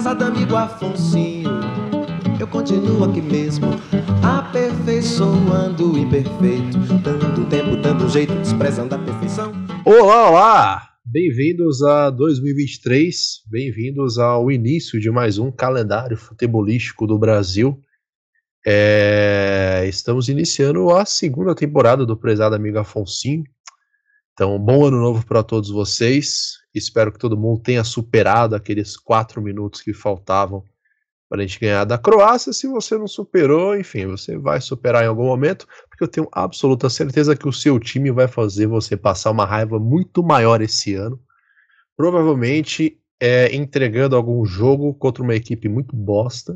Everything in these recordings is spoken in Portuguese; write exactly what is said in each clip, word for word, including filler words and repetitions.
prezado amigo Afonsinho, eu continuo aqui mesmo, aperfeiçoando o imperfeito, dando tempo, dando jeito, desprezando a perfeição. Olá, olá! Bem-vindos a dois mil e vinte e três, bem-vindos ao início de mais um calendário futebolístico do Brasil. É... Estamos iniciando a segunda temporada do prezado amigo Afonsinho. Então, bom ano novo para todos vocês. Espero que todo mundo tenha superado aqueles quatro minutos que faltavam para a gente ganhar da Croácia. Se você não superou, enfim, você vai superar em algum momento, porque eu tenho absoluta certeza que o seu time vai fazer você passar uma raiva muito maior esse ano. Provavelmente é, entregando algum jogo contra uma equipe muito bosta,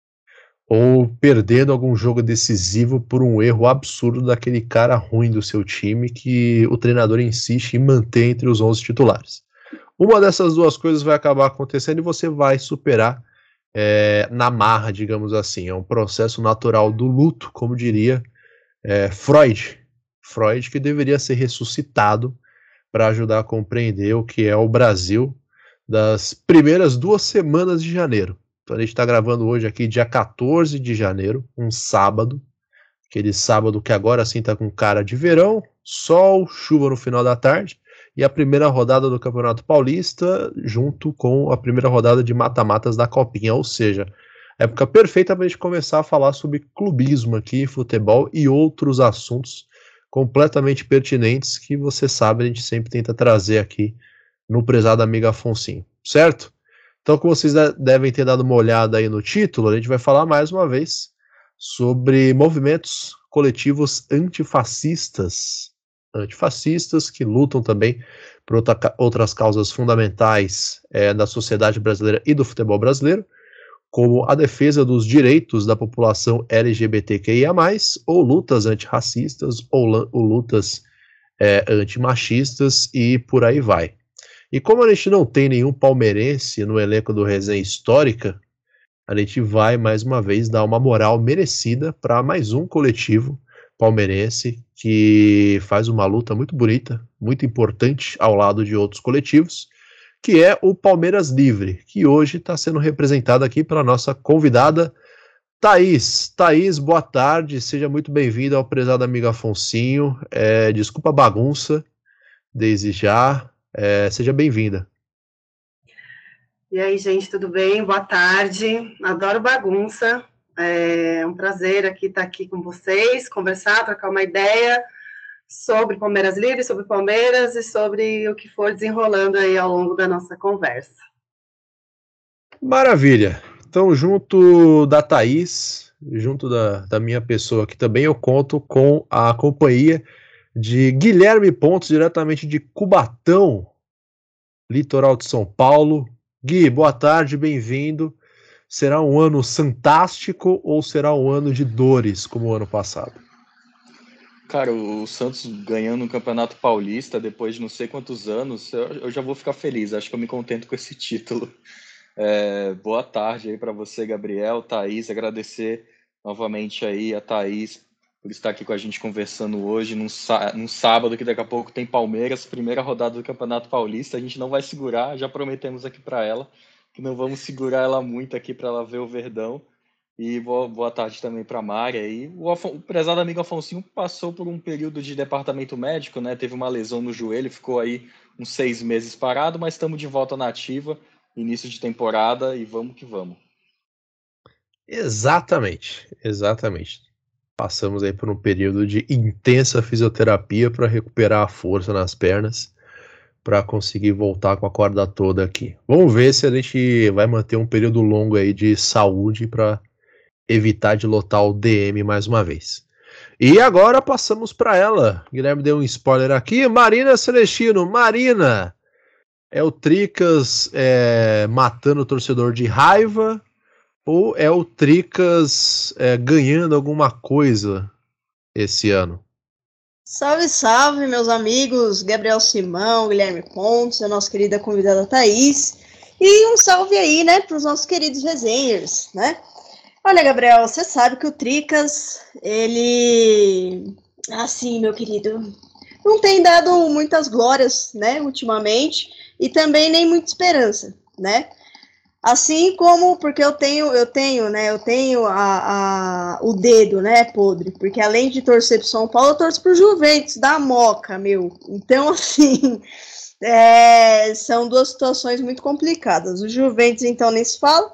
ou perdendo algum jogo decisivo por um erro absurdo daquele cara ruim do seu time que o treinador insiste em manter entre os onze titulares. Uma dessas duas coisas vai acabar acontecendo e você vai superar é, na marra, digamos assim. É um processo natural do luto, como diria é, Freud. Freud que deveria ser ressuscitado para ajudar a compreender o que é o Brasil das primeiras duas semanas de janeiro. Então a gente está gravando hoje aqui dia quatorze de janeiro, um sábado, aquele sábado que agora sim está com cara de verão, sol, chuva no final da tarde, e a primeira rodada do Campeonato Paulista junto com a primeira rodada de mata-matas da Copinha, ou seja, época perfeita para a gente começar a falar sobre clubismo aqui, futebol e outros assuntos completamente pertinentes que você sabe a gente sempre tenta trazer aqui no prezado amigo Afonsinho, certo? Então, como vocês devem ter dado uma olhada aí no título, a gente vai falar mais uma vez sobre movimentos coletivos antifascistas, antifascistas que lutam também por outra, outras causas fundamentais é, da sociedade brasileira e do futebol brasileiro, como a defesa dos direitos da população L G B T Q I A mais, ou lutas antirracistas, ou, ou lutas é, antimachistas e por aí vai. E como a gente não tem nenhum palmeirense no elenco do Resenha Histórica, a gente vai mais uma vez dar uma moral merecida para mais um coletivo palmeirense que faz uma luta muito bonita, muito importante ao lado de outros coletivos, que é o Palmeiras Livre, que hoje está sendo representado aqui pela nossa convidada Thaís. Thaís, boa tarde, seja muito bem-vinda ao prezado amigo Afonsinho. É, desculpa a bagunça, desde já. É, seja bem-vinda. E aí, gente, tudo bem? Boa tarde. Adoro bagunça. É um prazer aqui estar aqui com vocês, conversar, trocar uma ideia sobre Palmeiras Livre, sobre Palmeiras e sobre o que for desenrolando aí ao longo da nossa conversa. Maravilha. Então, junto da Thaís, junto da, da minha pessoa aqui também, eu conto com a companhia de Guilherme Pontes, diretamente de Cubatão, litoral de São Paulo. Gui, boa tarde, bem-vindo. Será um ano fantástico ou será um ano de dores, como o ano passado? Cara, o Santos ganhando o Campeonato Paulista depois de não sei quantos anos, eu já vou ficar feliz, acho que eu me contento com esse título. É, boa tarde aí para você, Gabriel, Thaís, agradecer novamente aí a Thaís por estar aqui com a gente conversando hoje, num, num sábado que daqui a pouco tem Palmeiras, primeira rodada do Campeonato Paulista. A gente não vai segurar, já prometemos aqui para ela que não vamos segurar ela muito aqui para ela ver o Verdão. E boa, boa tarde também para a Mari. E o, o prezado amigo Afonsinho passou por um período de departamento médico, né? Teve uma lesão no joelho, ficou aí uns seis meses parado, mas estamos de volta na ativa, início de temporada, e vamos que vamos. Exatamente, exatamente. Passamos aí por um período de intensa fisioterapia para recuperar a força nas pernas, para conseguir voltar com a corda toda aqui. Vamos ver se a gente vai manter um período longo aí de saúde para evitar de lotar o D M mais uma vez. E agora passamos para ela. Guilherme deu um spoiler aqui. Marina Celestino. Marina, é o Tricas é, matando o torcedor de raiva? Ou é o Tricas é, ganhando alguma coisa esse ano? Salve, salve, meus amigos, Gabriel Simão, Guilherme Pontes, a nossa querida convidada Thaís, e um salve aí, né, para os nossos queridos resenhers, né? Olha, Gabriel, você sabe que o Tricas, ele, assim, meu querido, não tem dado muitas glórias, né, ultimamente, e também nem muita esperança, né? Assim como, porque eu tenho, eu tenho, né, eu tenho a, a, o dedo, né, podre, porque além de torcer pro São Paulo, eu torço pro Juventus, da Moca, meu. Então, assim, é, são duas situações muito complicadas. O Juventus, então, nem se fala,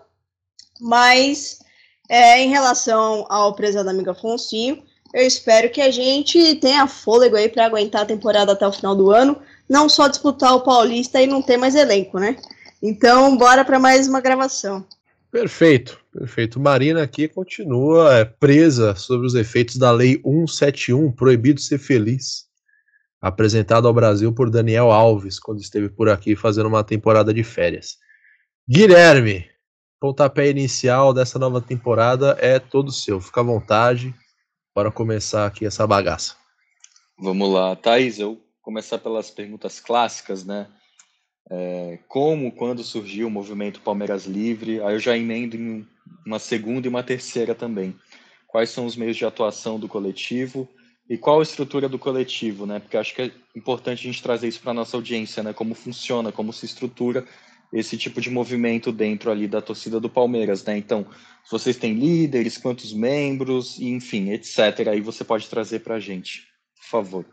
mas é, em relação ao prezado amigo Afonsinho, eu espero que a gente tenha fôlego aí para aguentar a temporada até o final do ano, não só disputar o Paulista e não ter mais elenco, né? Então, bora para mais uma gravação. Perfeito, perfeito. Marina aqui continua é, presa sobre os efeitos da Lei cento e setenta e um, proibido ser feliz, apresentado ao Brasil por Daniel Alves, quando esteve por aqui fazendo uma temporada de férias. Guilherme, pontapé inicial dessa nova temporada é todo seu. Fica à vontade, bora começar aqui essa bagaça. Vamos lá, Thaís, eu vou começar pelas perguntas clássicas, né? É, como, quando surgiu o movimento Palmeiras Livre? Aí eu já emendo em uma segunda e uma terceira também. Quais são os meios de atuação do coletivo e qual a estrutura do coletivo, né? Porque acho que é importante a gente trazer isso para a nossa audiência, né? Como funciona, como se estrutura esse tipo de movimento dentro ali da torcida do Palmeiras, né? Então, se vocês têm líderes, quantos membros, enfim, etcétera. Aí você pode trazer para a gente, por favor.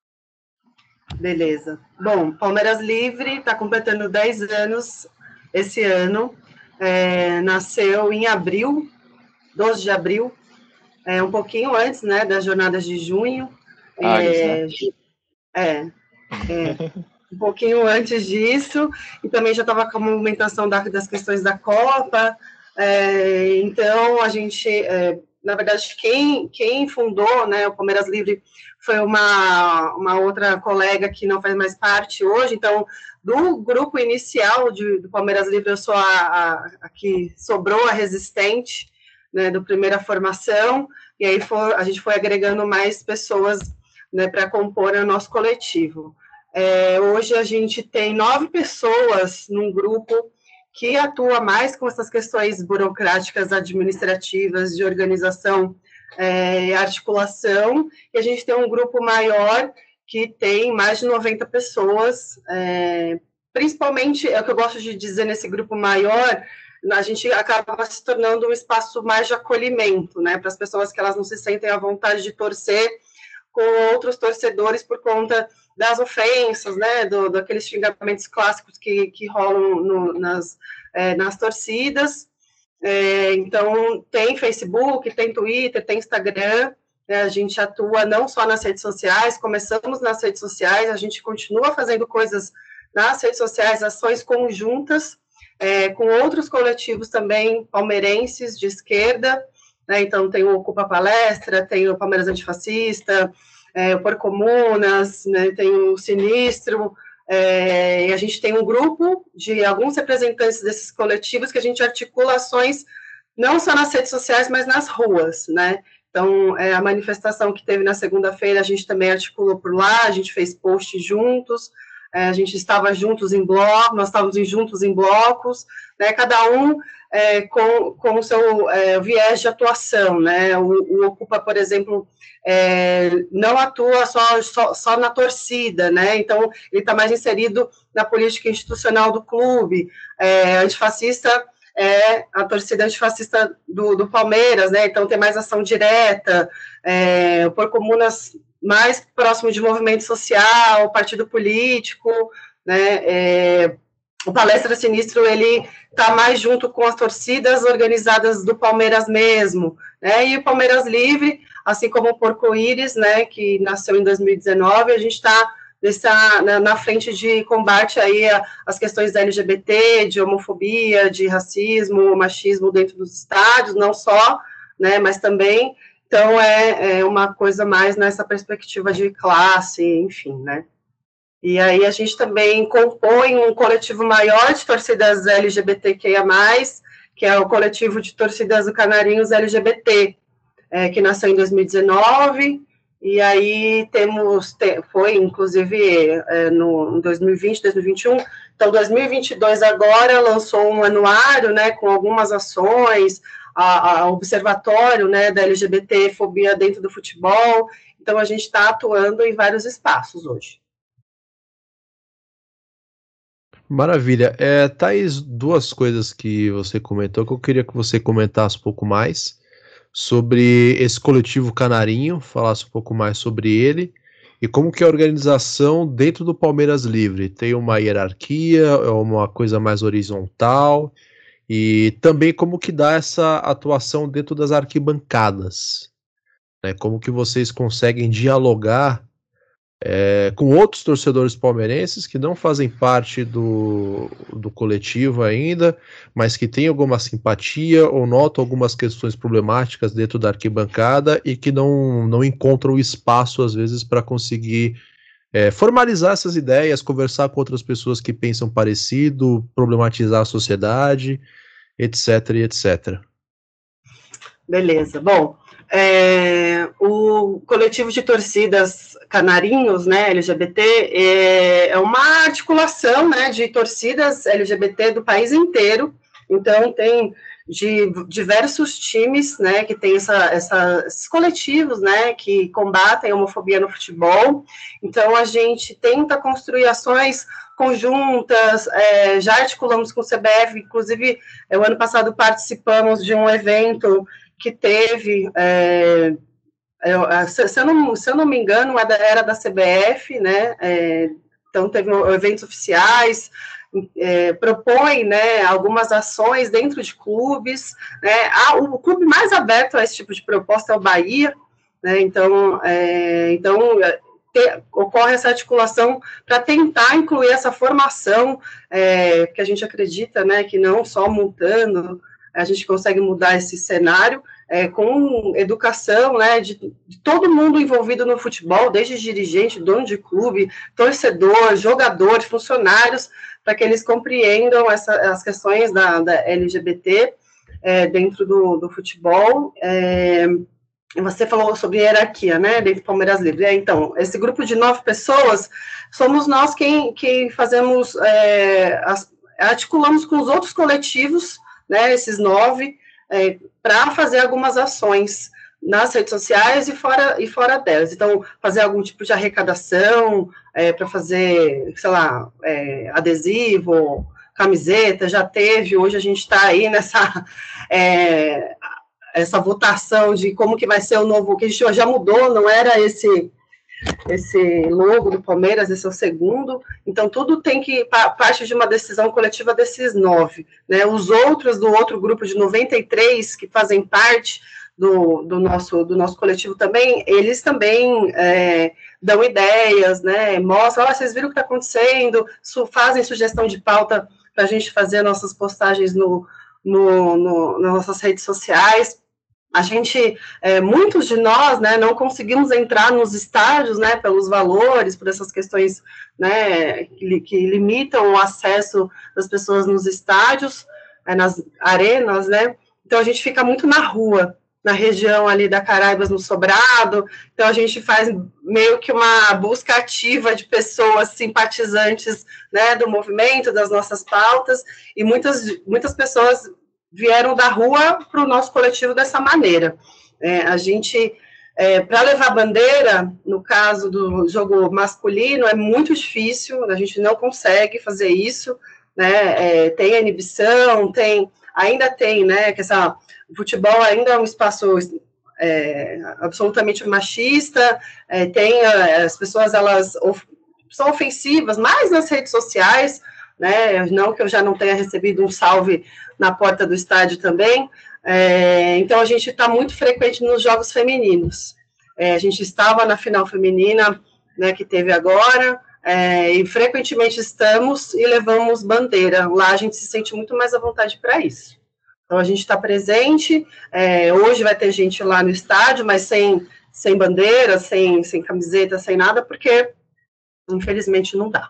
Beleza. Bom, Palmeiras Livre está completando dez anos esse ano. É, nasceu em abril, doze de abril, é, um pouquinho antes, né, das jornadas de junho. Ares, é, né? É, é, um pouquinho antes disso, e também já estava com a movimentação da, das questões da Copa. É, então, a gente, é, na verdade, quem, quem fundou, né, o Palmeiras Livre foi uma, uma outra colega que não faz mais parte hoje. Então, do grupo inicial de, do Palmeiras Livre, eu sou a, a, a que sobrou, a resistente, né, do primeira formação, e aí for, a gente foi agregando mais pessoas, né, para compor o nosso coletivo. É, hoje a gente tem nove pessoas num grupo que atua mais com essas questões burocráticas, administrativas, de organização e é, articulação, e a gente tem um grupo maior que tem mais de noventa pessoas, é, principalmente, é o que eu gosto de dizer nesse grupo maior, a gente acaba se tornando um espaço mais de acolhimento, né, para as pessoas que elas não se sentem à vontade de torcer com outros torcedores por conta das ofensas, né, do, daqueles xingamentos clássicos que, que rolam no, nas, é, nas torcidas. É, então, tem Facebook, tem Twitter, tem Instagram, né, a gente atua não só nas redes sociais, começamos nas redes sociais, a gente continua fazendo coisas nas redes sociais, ações conjuntas, é, com outros coletivos também palmeirenses de esquerda, né, então tem o Ocupa Palestra, tem o Palmeiras Antifascista, é, o Por Comunas, né, tem o Sinistro, é, e a gente tem um grupo de alguns representantes desses coletivos que a gente articula ações não só nas redes sociais, mas nas ruas, né? Então, é, a manifestação que teve na segunda-feira, a gente também articulou por lá, a gente fez post juntos, é, a gente estava juntos em blocos, nós estávamos juntos em blocos, né? Cada um é, com, com o seu é, viés de atuação, né? O, o Ocupa, por exemplo, é, não atua só, só, só na torcida, né? Então, ele está mais inserido na política institucional do clube. É, antifascista é a torcida antifascista do, do Palmeiras, né? Então, tem mais ação direta, é, o Por Comunas mais próximo de movimento social, partido político, né? É, o Palestra Sinistro, ele está mais junto com as torcidas organizadas do Palmeiras mesmo, né? E o Palmeiras Livre, assim como o Porco-Íris, né, que nasceu em dois mil e dezenove, a gente está na, na frente de combate aí a, as questões da L G B T, de homofobia, de racismo, machismo dentro dos estádios, não só, né, mas também, então é, é uma coisa mais nessa perspectiva de classe, enfim, né. E aí a gente também compõe um coletivo maior de torcidas L G B T Q I A mais, que é o coletivo de torcidas do Canarinhos L G B T, é, que nasceu em dois mil e dezenove, e aí temos, te, foi inclusive é, no, em dois mil e vinte, dois mil e vinte e um, então dois mil e vinte e dois agora lançou um anuário, né, com algumas ações, a, a observatório, né, da L G B T fobia dentro do futebol, então a gente está atuando em vários espaços hoje. Maravilha. É, Thaís, duas coisas que você comentou que eu queria que você comentasse um pouco mais sobre esse coletivo Canarinho, falasse um pouco mais sobre ele e como que é a organização dentro do Palmeiras Livre. Tem uma hierarquia, é uma coisa mais horizontal e também como que dá essa atuação dentro das arquibancadas, né? Como que vocês conseguem dialogar É, com outros torcedores palmeirenses que não fazem parte do, do coletivo ainda, mas que têm alguma simpatia ou notam algumas questões problemáticas dentro da arquibancada e que não, não encontram espaço, às vezes, para conseguir é, formalizar essas ideias, conversar com outras pessoas que pensam parecido, problematizar a sociedade, etc, e etcétera. Beleza. Bom, é, o coletivo de torcidas Canarinhos, né, L G B T, é, é uma articulação, né, de torcidas L G B T do país inteiro. Então, tem de diversos times, né, que tem essa, essa, esses coletivos, né, que combatem a homofobia no futebol. Então, a gente tenta construir ações conjuntas, é, já articulamos com o C B F, inclusive, é, o ano passado participamos de um evento que teve, é, é, se, eu não, se eu não me engano, era da C B F, né, é, então teve eventos oficiais, é, propõe, né, algumas ações dentro de clubes, né, ah, o clube mais aberto a esse tipo de proposta é o Bahia, né, então, é, então te, ocorre essa articulação para tentar incluir essa formação, é, que a gente acredita, né, que não só multando, a gente consegue mudar esse cenário, é, com educação, né, de, de todo mundo envolvido no futebol, desde dirigente, dono de clube, torcedor, jogador, funcionários, para que eles compreendam essa, as questões da, da L G B T é, dentro do, do futebol. É, você falou sobre hierarquia, né, dentro do Palmeiras Livre. É, então, esse grupo de nove pessoas, somos nós quem, quem fazemos, é, as, articulamos com os outros coletivos, né, esses nove, é, para fazer algumas ações nas redes sociais e fora, e fora delas. Então, fazer algum tipo de arrecadação, é, para fazer, sei lá, é, adesivo, camiseta, já teve, hoje a gente está aí nessa é, essa votação de como que vai ser o novo, que a gente já mudou, não era esse esse logo do Palmeiras, esse é o segundo, então tudo tem que, parte de uma decisão coletiva desses nove, né, os outros do outro grupo de noventa e três, que fazem parte do, do, nosso, do nosso coletivo também, eles também é, dão ideias, né, mostram, oh, vocês viram o que está acontecendo, su, fazem sugestão de pauta para a gente fazer nossas postagens no, no, no, nas nossas redes sociais. A gente, é, muitos de nós, né, não conseguimos entrar nos estádios, né, pelos valores, por essas questões, né, que, que limitam o acesso das pessoas nos estádios, é, nas arenas, né, então a gente fica muito na rua, na região ali da Caraibas, no Sobrado, então a gente faz meio que uma busca ativa de pessoas simpatizantes, né, do movimento, das nossas pautas, e muitas, muitas pessoas vieram da rua para o nosso coletivo dessa maneira. É, a gente, é, para levar bandeira, no caso do jogo masculino, é muito difícil, a gente não consegue fazer isso, né, é, tem a inibição, tem, ainda tem, né, que essa, o futebol ainda é um espaço é, absolutamente machista, é, tem, as pessoas, elas of, são ofensivas, mais nas redes sociais, né, não que eu já não tenha recebido um salve na porta do estádio também, é, então a gente está muito frequente nos jogos femininos, é, a gente estava na final feminina, né, que teve agora, é, e frequentemente estamos e levamos bandeira, lá a gente se sente muito mais à vontade para isso, então a gente está presente, é, hoje vai ter gente lá no estádio, mas sem, sem bandeira, sem, sem camiseta, sem nada, porque infelizmente não dá.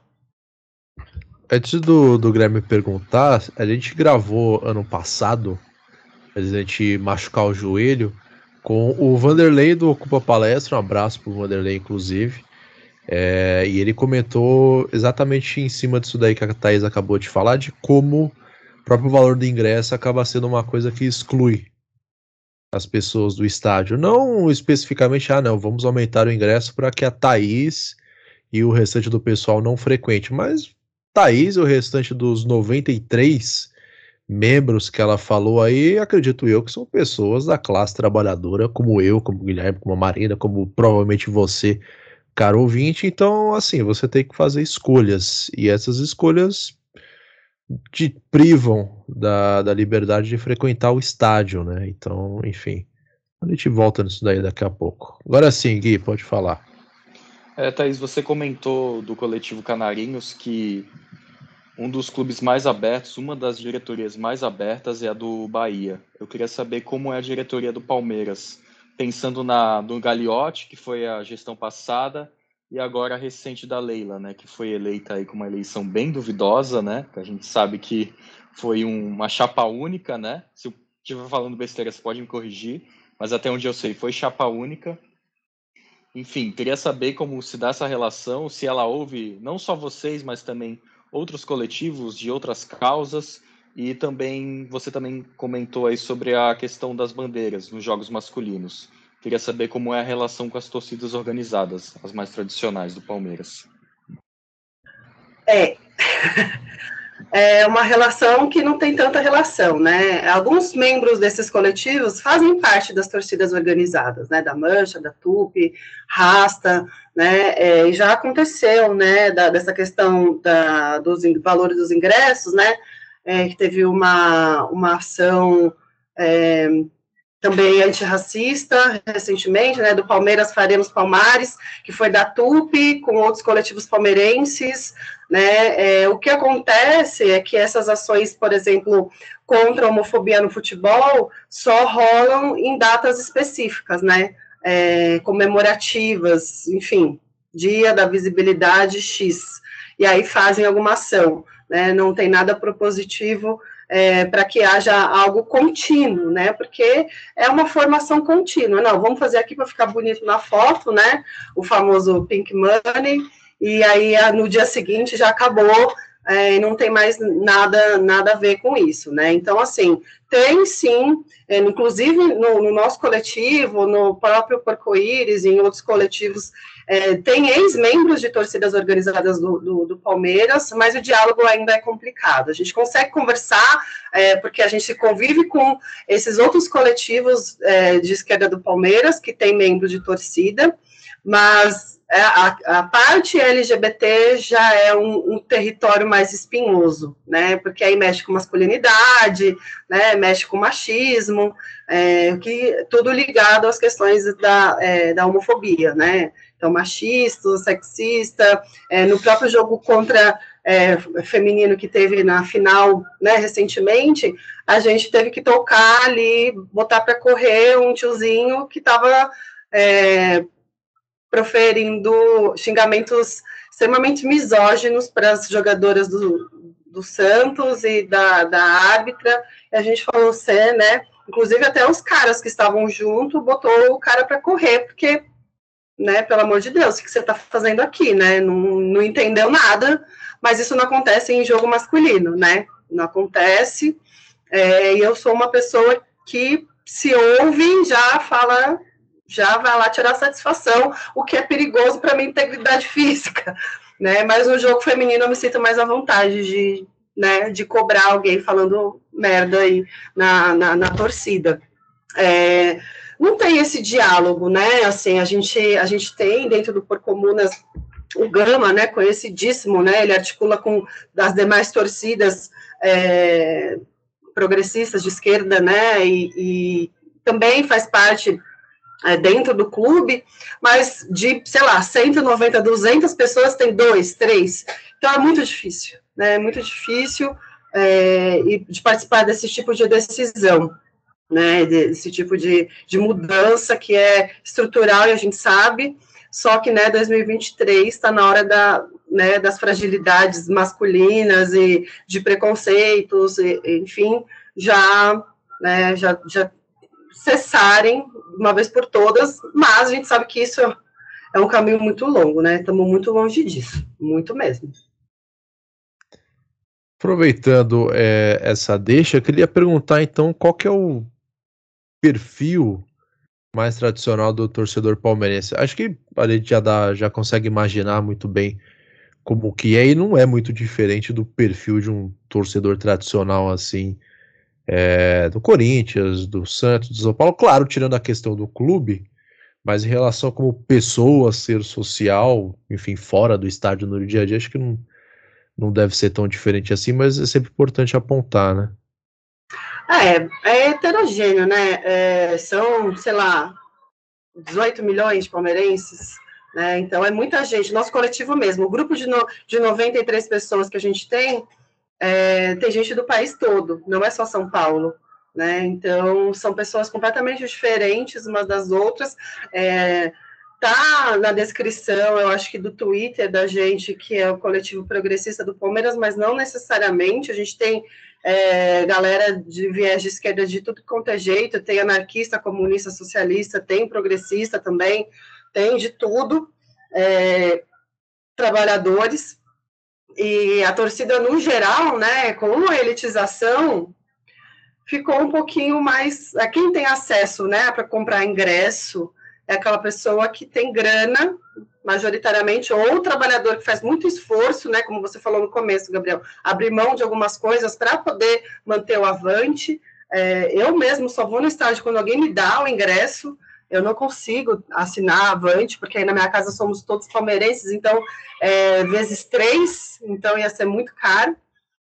Antes do, do Guilherme perguntar, a gente gravou ano passado, a gente machucar o joelho, com o Vanderlei do Ocupa Palestra, um abraço pro Vanderlei, inclusive, é, e ele comentou exatamente em cima disso daí que a Thaís acabou de falar, de como o próprio valor do ingresso acaba sendo uma coisa que exclui as pessoas do estádio. Não especificamente, ah não, vamos aumentar o ingresso para que a Thaís e o restante do pessoal não frequente, mas Thaís, o restante dos noventa e três membros que ela falou aí, acredito eu que são pessoas da classe trabalhadora, como eu, como o Guilherme, como a Marina, como provavelmente você, caro ouvinte. Então, assim, você tem que fazer escolhas, e essas escolhas te privam da, da liberdade de frequentar o estádio, né? Então, enfim, a gente volta nisso daí daqui a pouco. Agora sim, Gui, pode falar. É, Thaís, você comentou do coletivo Canarinhos que um dos clubes mais abertos, uma das diretorias mais abertas é a do Bahia. Eu queria saber como é a diretoria do Palmeiras, pensando na no Gagliotti, que foi a gestão passada, e agora a recente da Leila, né, que foi eleita aí com uma eleição bem duvidosa, né, que a gente sabe que foi um, uma chapa única, né, se eu estiver falando besteira você pode me corrigir, mas até onde eu sei foi chapa única. Enfim, queria saber como se dá essa relação, se ela houve não só vocês, mas também outros coletivos de outras causas, e também você também comentou aí sobre a questão das bandeiras nos jogos masculinos. Queria saber como é a relação com as torcidas organizadas, as mais tradicionais do Palmeiras. É, é uma relação que não tem tanta relação, né? Alguns membros desses coletivos fazem parte das torcidas organizadas, né? Da Mancha, da Tupi, Rasta, né? É, e já aconteceu, né? Da, dessa questão da, dos valores dos ingressos, né? É, que teve uma, uma ação é, também antirracista, recentemente, né, do Palmeiras Faremos Palmares, que foi da Tupi, com outros coletivos palmeirenses, né, é, o que acontece é que essas ações, por exemplo, contra a homofobia no futebol, só rolam em datas específicas, né, é, comemorativas, enfim, dia da visibilidade X, e aí fazem alguma ação, né, não tem nada propositivo É, para que haja algo contínuo, né, porque é uma formação contínua, não, vamos fazer aqui para ficar bonito na foto, né, o famoso pink money, e aí no dia seguinte já acabou, é, e não tem mais nada, nada a ver com isso, né, então assim, tem sim, é, inclusive no, no nosso coletivo, no próprio Porco-Íris, em outros coletivos, é, tem ex-membros de torcidas organizadas do, do, do Palmeiras, mas o diálogo ainda é complicado. A gente consegue conversar, é, porque a gente convive com esses outros coletivos é, de esquerda do Palmeiras, que tem membros de torcida, mas a, a parte L G B T já é um, um território mais espinhoso, né, porque aí mexe com masculinidade, né, mexe com machismo, é, que, tudo ligado às questões da, é, da homofobia, né, então machista, sexista, é, no próprio jogo contra é, feminino que teve na final, né, recentemente, a gente teve que tocar ali, botar para correr um tiozinho que estava é, proferindo xingamentos extremamente misóginos para as jogadoras do, do Santos e da, da árbitra, e a gente falou, você, né, inclusive até os caras que estavam junto, botou o cara para correr, porque, né, pelo amor de Deus, o que você está fazendo aqui, né, não, não entendeu nada, mas isso não acontece em jogo masculino, né, não acontece, é, e eu sou uma pessoa que se ouve, já fala, já vai lá tirar satisfação, o que é perigoso para minha integridade física, né, mas no jogo feminino eu me sinto mais à vontade de, né, de cobrar alguém falando merda aí na, na, na torcida. É, não tem esse diálogo, né, assim, a gente, a gente tem dentro do Porcomunas o Gama, né, conhecidíssimo, né, ele articula com das demais torcidas é, progressistas de esquerda, né, e, e também faz parte é, dentro do clube, mas de, sei lá, cento e noventa, duzentas pessoas tem dois, três, então é muito difícil, né, é muito difícil é, e de participar desse tipo de decisão, né, desse tipo de, de mudança que é estrutural e a gente sabe, só que, né, dois mil e vinte e três está na hora da, né, das fragilidades masculinas e de preconceitos, e, enfim, já, né, já, já cessarem uma vez por todas, mas a gente sabe que isso é um caminho muito longo, né, estamos muito longe disso, muito mesmo. Aproveitando é, essa deixa, eu queria perguntar então qual que é o perfil mais tradicional do torcedor palmeirense. Acho que a gente já, dá, já consegue imaginar muito bem como que é, e não é muito diferente do perfil de um torcedor tradicional assim, é, do Corinthians, do Santos, do São Paulo, claro, tirando a questão do clube, mas em relação a como pessoa ser social, enfim, fora do estádio no dia a dia, acho que não, não deve ser tão diferente assim, mas é sempre importante apontar, né? É, é heterogêneo, né? É, são, sei lá, dezoito milhões de palmeirenses, né? Então é muita gente, nosso coletivo mesmo, o grupo de, no, de noventa e três pessoas que a gente tem, é, tem gente do país todo, não é só São Paulo, né? Então são pessoas completamente diferentes umas das outras. É, tá na descrição, eu acho que do Twitter da gente, que é o coletivo progressista do Palmeiras, mas não necessariamente. A gente tem é, galera de viés de esquerda de tudo quanto é jeito, tem anarquista, comunista, socialista, tem progressista também, tem de tudo, é, trabalhadores, e a torcida no geral, né, com a elitização, ficou um pouquinho mais, quem tem acesso, né, para comprar ingresso, é aquela pessoa que tem grana, majoritariamente, ou o trabalhador que faz muito esforço, né, como você falou no começo, Gabriel, abrir mão de algumas coisas para poder manter o avante. É, eu mesmo só vou no estádio quando alguém me dá o ingresso, eu não consigo assinar avante, porque aí na minha casa somos todos palmeirenses, então, é, vezes três, então ia ser muito caro,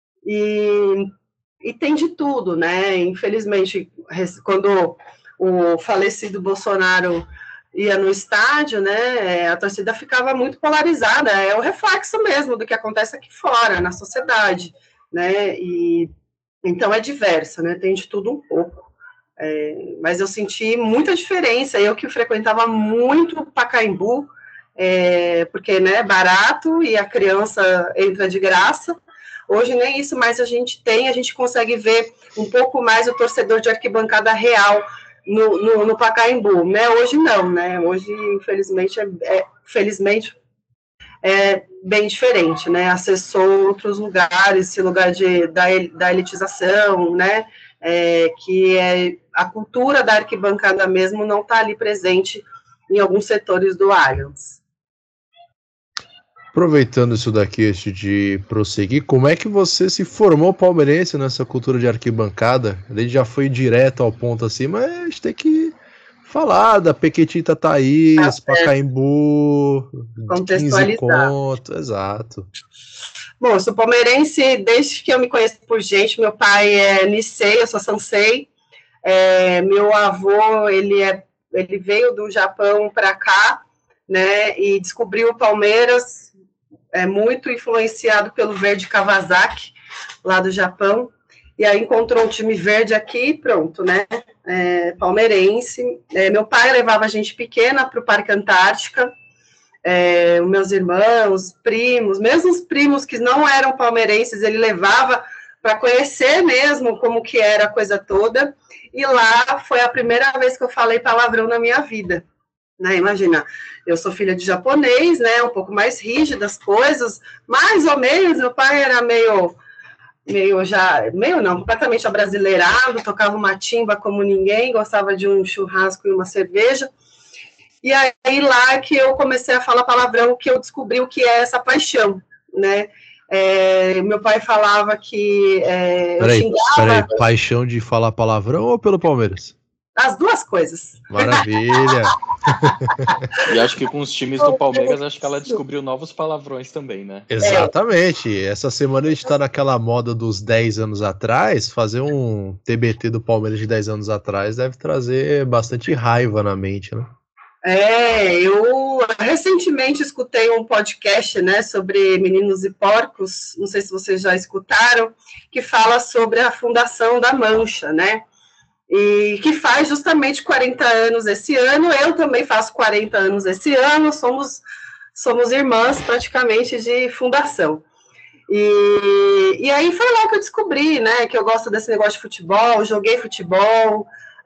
e, e tem de tudo, né, infelizmente, quando o falecido Bolsonaro ia no estádio, né, a torcida ficava muito polarizada, é o reflexo mesmo do que acontece aqui fora, na sociedade, né, e então é diversa, né, tem de tudo um pouco, é, mas eu senti muita diferença, eu que frequentava muito Pacaembu, é, porque, né, é barato e a criança entra de graça, hoje nem isso mais a gente tem, a gente consegue ver um pouco mais o torcedor de arquibancada real, No, no, no Pacaembu, né? Hoje não, né? Hoje, infelizmente, é, é, felizmente, é bem diferente, né? Acessou outros lugares, esse lugar de, da, da elitização, né? É, que é a cultura da arquibancada mesmo não está ali presente em alguns setores do Allianz. Aproveitando isso daqui, antes de prosseguir, como é que você se formou palmeirense nessa cultura de arquibancada? Ele já foi direto ao ponto assim, mas a gente tem que falar da Pequetita Thaís, Tá, Pacaembu, quinze contextualizar. conto, exato. Bom, eu sou palmeirense desde que eu me conheço por gente. Meu pai é Nisei, eu sou Sansei. É, meu avô, ele, é, ele veio do Japão para cá, né, e descobriu o Palmeiras, é muito influenciado pelo verde Kawasaki, lá do Japão, e aí encontrou um time verde aqui e pronto, né, é, palmeirense. É, meu pai levava a gente pequena para o Parque Antártica, é, meus irmãos, primos, mesmo os primos que não eram palmeirenses, ele levava para conhecer mesmo como que era a coisa toda, e lá foi a primeira vez que eu falei palavrão na minha vida. Né, imagina, eu sou filha de japonês, né, um pouco mais rígida as coisas, mais ou menos, meu pai era meio, meio já, meio não, completamente abrasileirado, tocava uma timba como ninguém, gostava de um churrasco e uma cerveja, e aí lá que eu comecei a falar palavrão, que eu descobri o que é essa paixão, né, é, meu pai falava que é, eu Peraí, xingava... peraí, paixão de falar palavrão ou pelo Palmeiras? As duas coisas. Maravilha! E acho que com os times do Palmeiras, acho que ela descobriu novos palavrões também, né? Exatamente. Essa semana a gente tá naquela moda dos dez anos atrás. Fazer um T B T do Palmeiras de dez anos atrás deve trazer bastante raiva na mente, né? É, eu recentemente escutei um podcast, né, sobre Meninos e Porcos, não sei se vocês já escutaram, que fala sobre a fundação da Mancha, né? E que faz justamente quarenta anos esse ano, eu também faço quarenta anos esse ano, somos, somos irmãs praticamente de fundação. E, e aí foi lá que eu descobri, né, que eu gosto desse negócio de futebol, joguei futebol,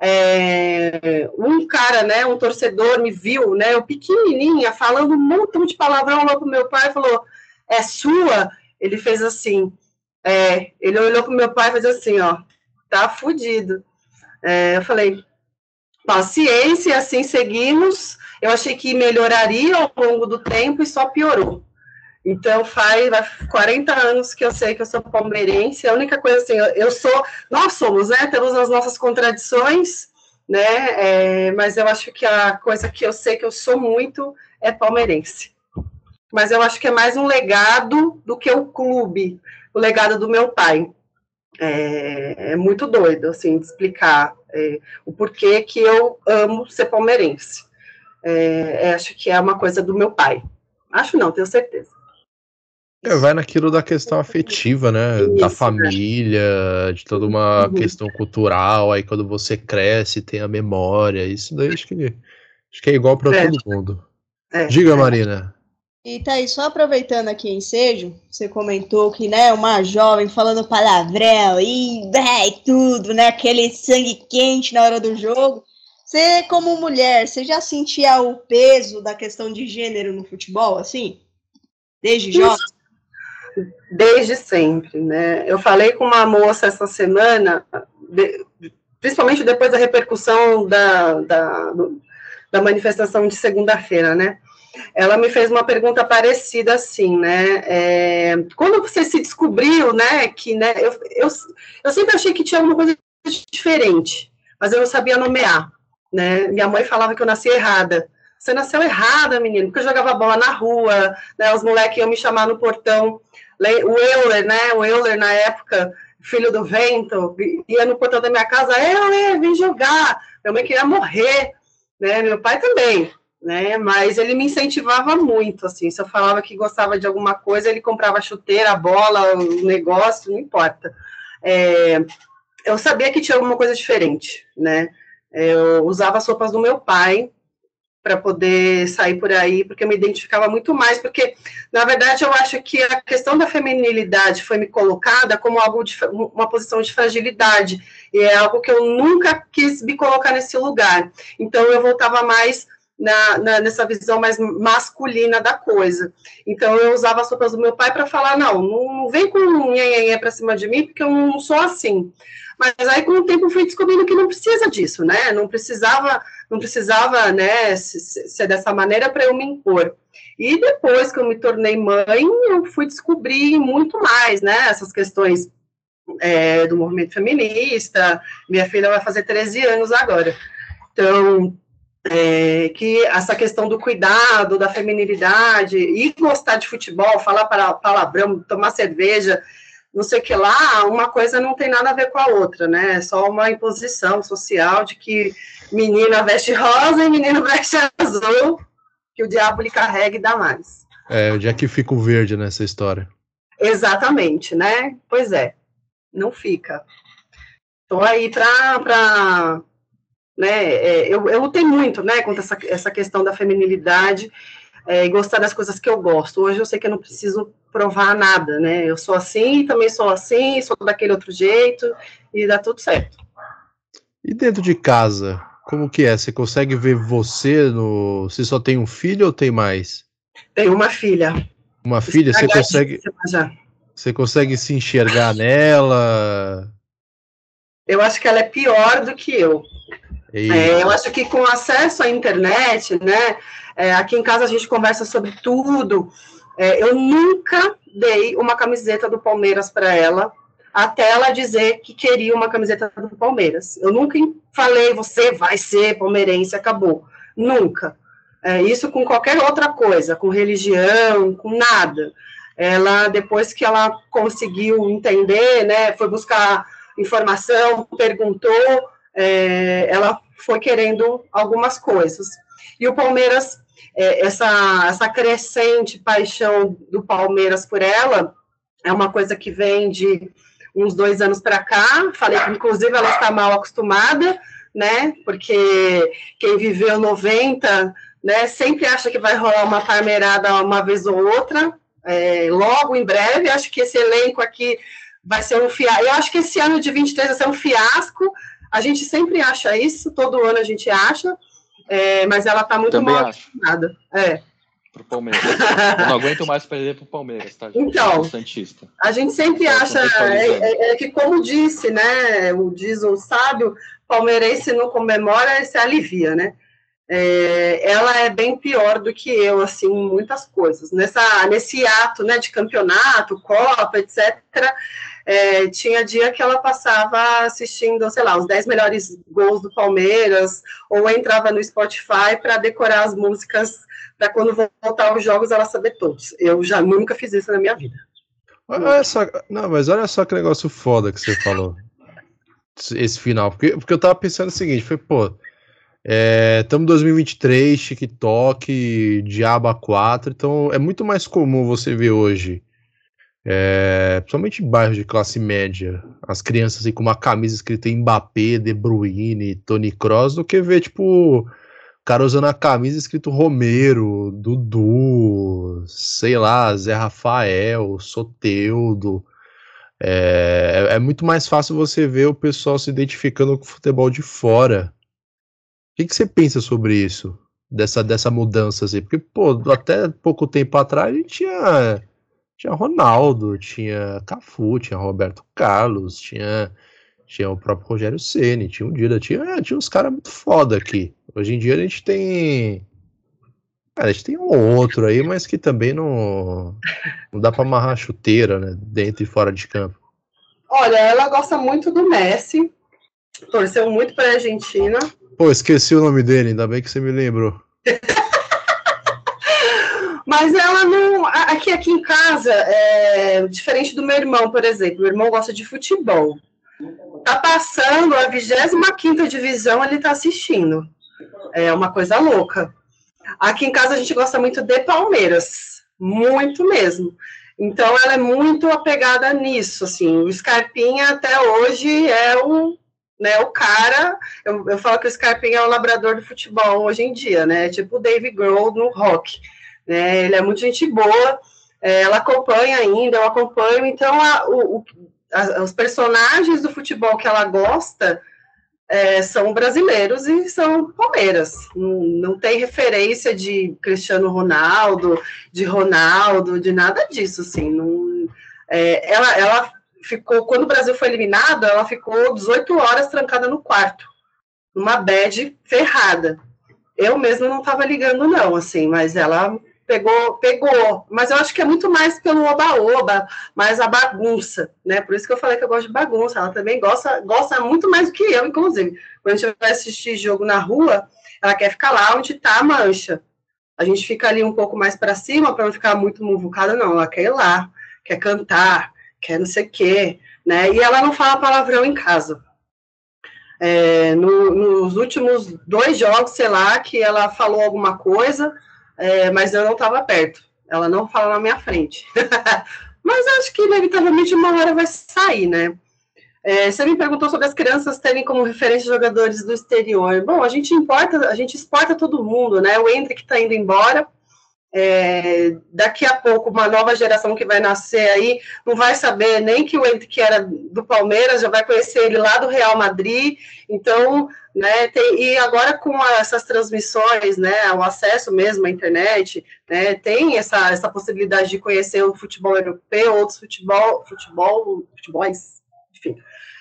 é, um cara, né, um torcedor me viu, né, eu pequenininha, falando um montão de palavrão, olhou pro meu pai e falou, é sua? Ele fez assim, é, ele olhou pro meu pai e fez assim, ó, tá fudido. É, eu falei, paciência, assim seguimos. Eu achei que melhoraria ao longo do tempo e só piorou. Então faz quarenta anos que eu sei que eu sou palmeirense. A única coisa assim, eu, eu sou, nós somos, né? Temos as nossas contradições, né? É, mas eu acho que a coisa que eu sei que eu sou muito é palmeirense. Mas eu acho que é mais um legado do que o clube, o legado do meu pai. É, é muito doido, assim, de explicar é, o porquê que eu amo ser palmeirense. É, é, acho que é uma coisa do meu pai. Acho não, tenho certeza. É, vai naquilo da questão afetiva, né? Isso, da né? família, de toda uma Uhum. questão cultural, aí quando você cresce, tem a memória, isso daí acho que, acho que é igual para É. todo mundo. É, Diga, é. Marina. E Thaís, só aproveitando aqui o ensejo, você comentou que, né, uma jovem falando palavrão e é, tudo, né, aquele sangue quente na hora do jogo. Você, como mulher, você já sentia o peso da questão de gênero no futebol, assim? Desde jovem? Desde sempre, né? Eu falei com uma moça essa semana, de, principalmente depois da repercussão da, da, da manifestação de segunda-feira, né? Ela me fez uma pergunta parecida assim, né? É, quando você se descobriu, né? Que, né? Eu, eu, eu sempre achei que tinha alguma coisa diferente, mas eu não sabia nomear, né? Minha mãe falava que eu nasci errada. Você nasceu errada, menino, porque eu jogava bola na rua, né? Os moleques iam me chamar no portão. O Euler, né? O Euler, na época, filho do vento, ia no portão da minha casa, Euler, vem jogar. Minha mãe queria morrer, né? Meu pai também, né? Mas ele me incentivava muito, assim. Se eu falava que gostava de alguma coisa, ele comprava chuteira, bola, o negócio, não importa. É, eu sabia que tinha alguma coisa diferente, né? Eu usava as roupas do meu pai para poder sair por aí, porque eu me identificava muito mais, porque, na verdade, eu acho que a questão da feminilidade foi me colocada como algo de, uma posição de fragilidade, e é algo que eu nunca quis me colocar nesse lugar. Então, eu voltava mais na, na, nessa visão mais masculina da coisa. Então, eu usava as roupas do meu pai para falar, não, não vem com nhenhenhé para cima de mim, porque eu não sou assim. Mas aí, com o tempo, eu fui descobrindo que não precisa disso, né? Não precisava, não precisava, né, ser dessa maneira para eu me impor. E depois que eu me tornei mãe, eu fui descobrir muito mais, né? Essas questões é, do movimento feminista. Minha filha vai fazer treze anos agora. Então, é, que essa questão do cuidado, da feminilidade, e gostar de futebol, falar palavrão, tomar cerveja, não sei o que lá, uma coisa não tem nada a ver com a outra, né? É só uma imposição social de que menina veste rosa e menino veste azul, que o diabo lhe carrega e dá mais. É, onde é que fica o verde nessa história? Exatamente, né? Pois é, não fica. Estou aí para... Né, é, eu, eu lutei muito, né, contra essa, essa questão da feminilidade, é, e gostar das coisas que eu gosto. Hoje eu sei que eu não preciso provar nada, né? Eu sou assim, também sou assim, sou daquele outro jeito, e dá tudo certo. E dentro de casa, como que é? Você consegue ver você no... Você só tem um filho ou tem mais? Tenho uma filha. Uma filha? Você consegue... Você consegue se enxergar nela? Eu acho que ela é pior do que eu. É, eu acho que com acesso à internet, né, é, aqui em casa a gente conversa sobre tudo, é, eu nunca dei uma camiseta do Palmeiras para ela, até ela dizer que queria uma camiseta do Palmeiras. Eu nunca falei, você vai ser palmeirense, acabou. Nunca. É, isso com qualquer outra coisa, com religião, com nada. Ela, depois que ela conseguiu entender, né, foi buscar informação, perguntou, É, ela foi querendo algumas coisas. E o Palmeiras, é, essa, essa crescente paixão do Palmeiras por ela, é uma coisa que vem de uns dois anos para cá. Falei que, inclusive, ela está mal acostumada, né? Porque quem viveu noventa, né, sempre acha que vai rolar uma parmeirada uma vez ou outra. É, logo, em breve, acho que esse elenco aqui vai ser um fiasco. Eu acho que esse ano de vinte e três vai ser um fiasco. A gente sempre acha isso, todo ano a gente acha, é, mas ela está muito Também mal acho. acostumada. É. Pro Palmeiras. Eu não aguento mais perder pro Palmeiras, tá? Gente? Então, Santista. A gente sempre Só acha é, é, é que, como disse, né, o diz o sábio, palmeirense não comemora e se alivia, né? É, ela é bem pior do que eu, assim, em muitas coisas. Nessa, nesse ato, né, de campeonato, Copa, etcétera, é, tinha dia que ela passava assistindo, sei lá, os dez melhores gols do Palmeiras, ou entrava no Spotify para decorar as músicas, para quando voltar os jogos ela saber todos. Eu já nunca fiz isso na minha vida. Olha só, não, mas olha só que negócio foda que você falou. Esse final. Porque, porque eu tava pensando o seguinte, foi, pô, estamos em dois mil e vinte e três, TikTok, Diaba quatro, então é muito mais comum você ver hoje, é, principalmente em bairros de classe média, as crianças assim, com uma camisa escrita Mbappé, De Bruyne, Toni Kroos, do que ver, tipo, o cara usando a camisa escrito Romero, Dudu, sei lá, Zé Rafael, Soteldo. É, é muito mais fácil você ver o pessoal se identificando com o futebol de fora. O que, que você pensa sobre isso? Dessa, dessa mudança, assim? Porque, pô, até pouco tempo atrás a gente tinha, tinha Ronaldo, tinha Cafu, tinha Roberto Carlos, tinha, tinha o próprio Rogério Ceni, tinha o Dida, tinha, tinha uns caras muito foda aqui. Hoje em dia a gente tem... Cara, a gente tem um ou outro aí, mas que também não, não dá pra amarrar a chuteira, né? Dentro e fora de campo. Olha, ela gosta muito do Messi, torceu muito para a Argentina. Pô, esqueci o nome dele, ainda bem que você me lembrou. Mas ela não... Aqui, aqui em casa, é diferente do meu irmão, por exemplo. Meu irmão gosta de futebol. Tá passando a vigésima quinta divisão, ele tá assistindo. É uma coisa louca. Aqui em casa a gente gosta muito de Palmeiras, muito mesmo. Então ela é muito apegada nisso, assim. O Scarpinha até hoje é o, né, o cara. Eu, eu falo que o Scarpinha é o labrador do futebol hoje em dia, né? Tipo o Dave Grohl no rock. Né? Ele é muito gente boa. É, ela acompanha ainda, eu acompanho. Então a, o, o, a, os personagens do futebol que ela gosta É, são brasileiros e são Palmeiras. Não, não tem referência de Cristiano Ronaldo, de Ronaldo, de nada disso, assim. Não, é, ela, ela ficou, quando o Brasil foi eliminado, ela ficou dezoito horas trancada no quarto, numa bad ferrada. Eu mesma não estava ligando, não, assim, mas ela pegou, pegou. Mas eu acho que é muito mais pelo oba-oba, mais a bagunça, né? Por isso que eu falei que eu gosto de bagunça. Ela também gosta, gosta muito mais do que eu, inclusive. Quando a gente vai assistir jogo na rua, ela quer ficar lá onde está a mancha. A gente fica ali um pouco mais para cima, para não ficar muito muvucada, não. Ela quer ir lá, quer cantar, quer não sei o quê, né? E ela não fala palavrão em casa. É, no, nos últimos dois jogos, sei lá, que ela falou alguma coisa, é, mas eu não estava perto. Ela não fala na minha frente. Mas acho que, inevitavelmente, uma hora vai sair, né? É, você me perguntou sobre as crianças terem como referência jogadores do exterior. Bom, a gente importa, a gente exporta todo mundo, né? O Hendrick está indo embora. É, daqui a pouco, uma nova geração que vai nascer aí não vai saber nem que o Hendrick era do Palmeiras, já vai conhecer ele lá do Real Madrid. Então, né, tem, e agora com a, essas transmissões, né, o acesso mesmo à internet, né, tem essa, essa possibilidade de conhecer o futebol europeu, outros futebol, futebol, futebols, enfim.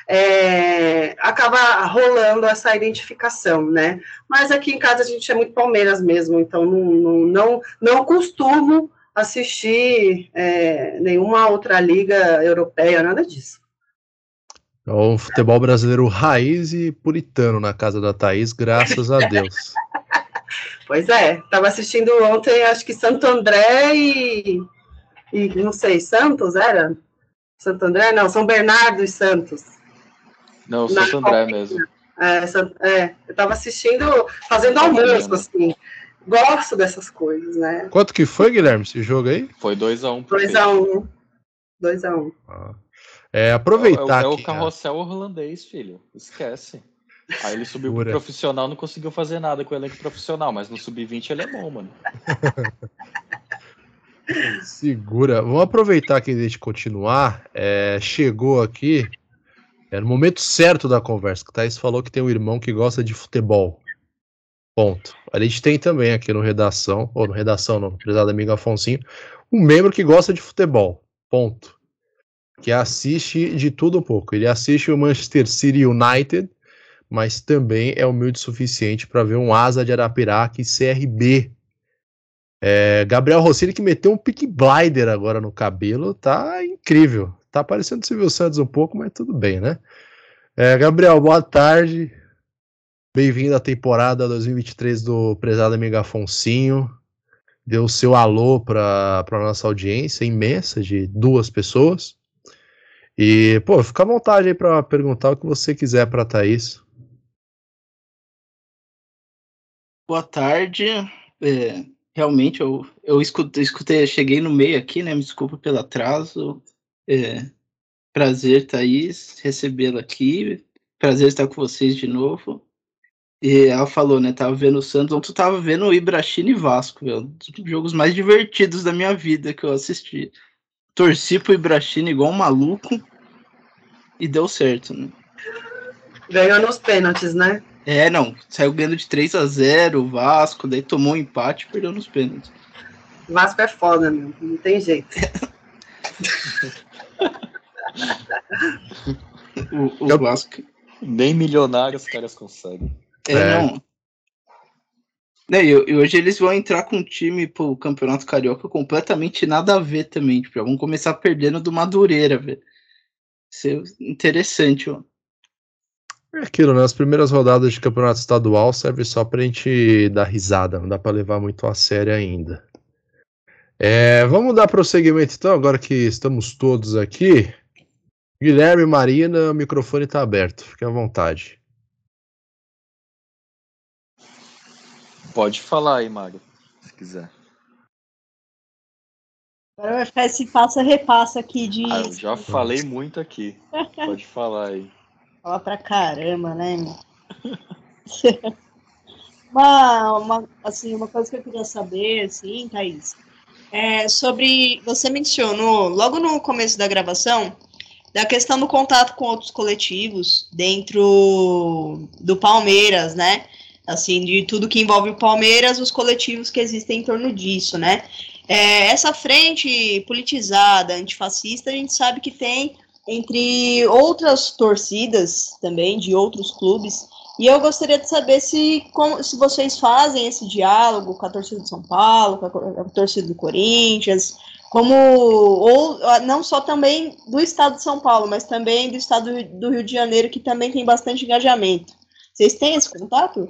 É, acaba rolando essa identificação, né? Mas aqui em casa a gente é muito Palmeiras mesmo, então não, não, não, não costumo assistir é, nenhuma outra liga europeia, nada disso. É um futebol brasileiro raiz e puritano na casa da Thaís, graças a Deus. Pois é, estava assistindo ontem, acho que Santo André e, e não sei, Santos era? Santo André? Não, São Bernardo e Santos. Não, Santo André mesmo. É, é, eu estava assistindo, fazendo almoço, assim. Gosto dessas coisas, né? Quanto que foi, Guilherme, esse jogo aí? Foi dois a um. dois a um. dois a um. Ah. É, aproveitar É, é, é que... o carrossel holandês, filho. Esquece. Aí ele subiu Pura. pro profissional, não conseguiu fazer nada com o elenco profissional, mas no sub vinte ele é bom, mano. Segura. Vamos aproveitar que a gente continuar. É, chegou aqui... É no momento certo da conversa, que o Thaís falou que tem um irmão que gosta de futebol. Ponto. A gente tem também aqui no Redação, ou no Redação não, no prezado amigo Afonsinho, um membro que gosta de futebol. Ponto. Que assiste de tudo um pouco. Ele assiste o Manchester City United, mas também é humilde o suficiente para ver um Asa de Arapiraca e C R B. É, Gabriel Rossini, que meteu um pick blinder agora no cabelo, tá incrível. Tá parecendo o Silvio Santos um pouco, mas tudo bem, né? É, Gabriel, boa tarde. Bem-vindo à temporada dois mil e vinte e três do Prezado Amigo Afonsinho. Deu o seu alô para a nossa audiência imensa de duas pessoas. E, pô, fica à vontade aí para perguntar o que você quiser para a Thaís. Boa tarde. É, realmente, eu, eu escutei, escutei, cheguei no meio aqui, né? Me desculpa pelo atraso. É, prazer, Thaís, recebê-la aqui. Prazer estar com vocês de novo. E ela falou, né? Tava vendo o Santos, ontem eu tava vendo o Ibrachina e Vasco, meu, um dos jogos mais divertidos da minha vida que eu assisti. Torci pro Ibrachina igual um maluco e deu certo, né? Ganhou nos pênaltis, né? É, não, saiu ganhando de três a zero o Vasco, daí tomou um empate e perdeu nos pênaltis. O Vasco é foda, meu, não tem jeito. o, o Vasco... Nem milionário os caras conseguem. É, É. não. É, e, e hoje eles vão entrar com um time pro Campeonato Carioca completamente nada a ver também. Tipo, já vão começar perdendo do Madureira, velho. Isso é interessante, ó. É aquilo, né? As primeiras rodadas de campeonato estadual serve só pra gente dar risada, não dá pra levar muito a sério ainda. É, vamos dar prosseguimento então, agora que estamos todos aqui. Guilherme, Marina, o microfone tá aberto, fique à vontade. Pode falar aí, Mário, se quiser. Agora vai ficar esse passa-repassa aqui de... Ah, eu já falei muito aqui. Pode falar aí. Fala pra caramba, né, meu? uma, uma, assim, uma coisa que eu queria saber, assim, Thaís, é sobre... Você mencionou, logo no começo da gravação, da questão do contato com outros coletivos dentro do Palmeiras, né? Assim, de tudo que envolve o Palmeiras, os coletivos que existem em torno disso, né? É, essa frente politizada, antifascista, a gente sabe que tem entre outras torcidas também, de outros clubes, e eu gostaria de saber se, como, se vocês fazem esse diálogo com a torcida de São Paulo, com a, a torcida do Corinthians, como, ou não só também do estado de São Paulo, mas também do estado do Rio de Janeiro, que também tem bastante engajamento. Vocês têm esse contato?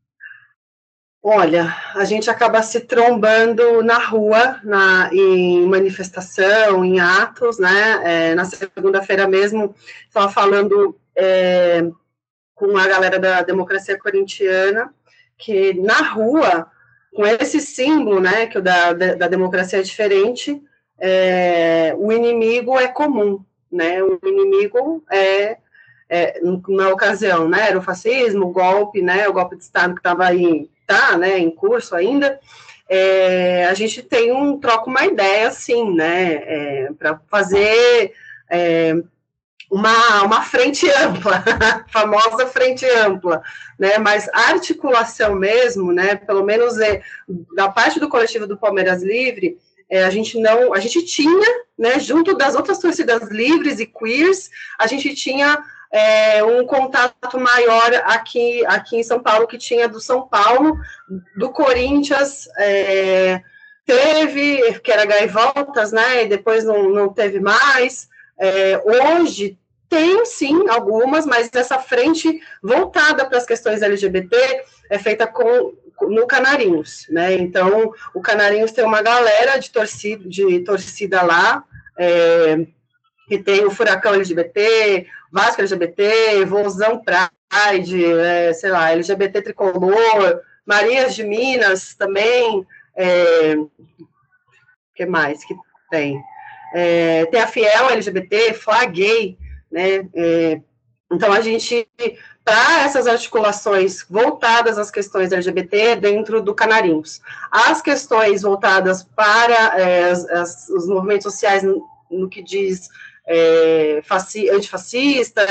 Olha, a gente acaba se trombando na rua, na, em manifestação, em atos, né? É, na segunda-feira mesmo, estava falando é, com a galera da democracia corintiana, que na rua, com esse símbolo, né, que o da, da, da democracia é diferente, é, o inimigo é comum, né? O inimigo é, é, na ocasião, né, era o fascismo, o golpe, né, o golpe de Estado que estava aí, tá, né, em curso ainda, é, a gente tem um, troca uma ideia, assim, né, é, para fazer é, uma, uma frente ampla, famosa frente ampla, né, mas a articulação mesmo, né, pelo menos é, da parte do coletivo do Palmeiras Livre, é, a gente não, a gente tinha, né, junto das outras torcidas livres e queers, a gente tinha É, um contato maior aqui, aqui em São Paulo, que tinha do São Paulo, do Corinthians, é, teve, que era Gaivotas, né, e depois não, não teve mais, é, hoje tem sim algumas, mas essa frente voltada para as questões L G B T é feita com, no Canarinhos, né, então o Canarinhos tem uma galera de torcida, de torcida lá, é, que tem o Furacão L G B T, Vasco L G B T, Vozão Pride, é, sei lá, L G B T Tricolor, Marias de Minas também, é, que mais que tem? É, tem a Fiel L G B T, Fla Gay, né, é, então a gente, para essas articulações voltadas às questões L G B T dentro do Canarinhos, as questões voltadas para é, as, as, os movimentos sociais no, no que diz É, faci, antifascista,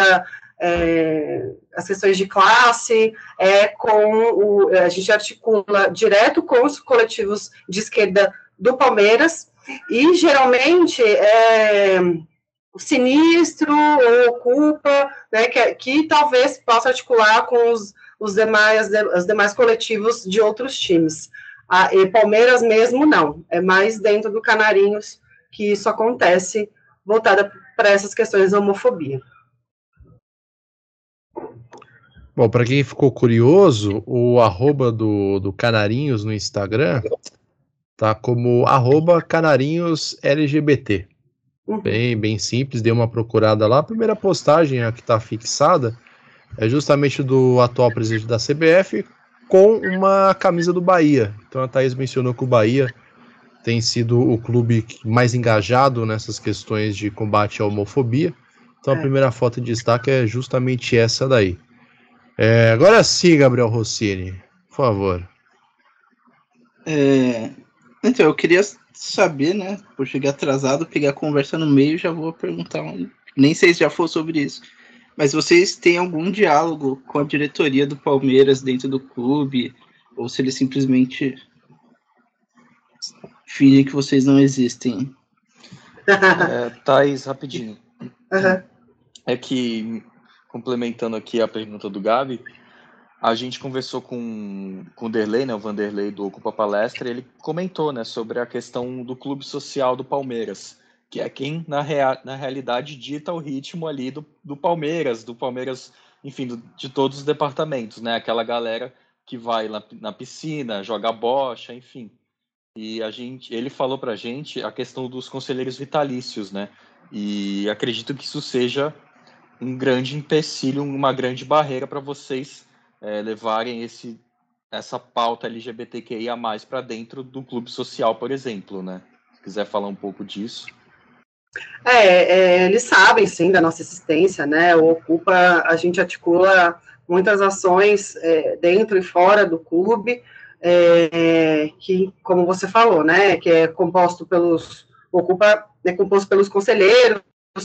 é, as questões de classe, é, com o, a gente articula direto com os coletivos de esquerda do Palmeiras, e geralmente é, sinistro ou ocupa, né, que, que talvez possa articular com os, os, demais, os demais coletivos de outros times. Ah, e Palmeiras mesmo não, é mais dentro do Canarinhos que isso acontece, voltada para essas questões da homofobia. Bom, para quem ficou curioso, o arroba do, do Canarinhos no Instagram tá como arroba Canarinhos L G B T. Uhum. Bem, bem simples, dei uma procurada lá. A primeira postagem, a que está fixada, é justamente do atual presidente da C B F com uma camisa do Bahia. Então a Thaís mencionou que o Bahia tem sido o clube mais engajado nessas questões de combate à homofobia. Então a é. primeira foto de destaque é justamente essa daí. É, agora sim, Gabriel Rossini, por favor. É, então, eu queria saber, né, por chegar atrasado, pegar a conversa no meio, já vou perguntar, um, nem sei se já for sobre isso, mas vocês têm algum diálogo com a diretoria do Palmeiras dentro do clube, ou se eles simplesmente fingem que vocês não existem? É, Thaís, rapidinho. Uhum. É que, complementando aqui a pergunta do Gabi, a gente conversou com, com o Derlei, né, o Vanderlei do Ocupa Palestra, e ele comentou, né, sobre a questão do clube social do Palmeiras, que é quem, na, rea, na realidade, dita o ritmo ali do, do Palmeiras, do Palmeiras, enfim, do, de todos os departamentos, né, aquela galera que vai na, na piscina, joga bocha, enfim. E a gente, ele falou pra gente a questão dos conselheiros vitalícios, né, e acredito que isso seja um grande empecilho, uma grande barreira para vocês É, levarem esse, essa pauta L G B T Q I A mais, para dentro do clube social, por exemplo, né? Se quiser falar um pouco disso. É, é, eles sabem, sim, da nossa existência, né? O Ocupa, a gente articula muitas ações é, dentro e fora do clube, é, que, como você falou, né? Que é composto pelos... O Ocupa é composto pelos conselheiros,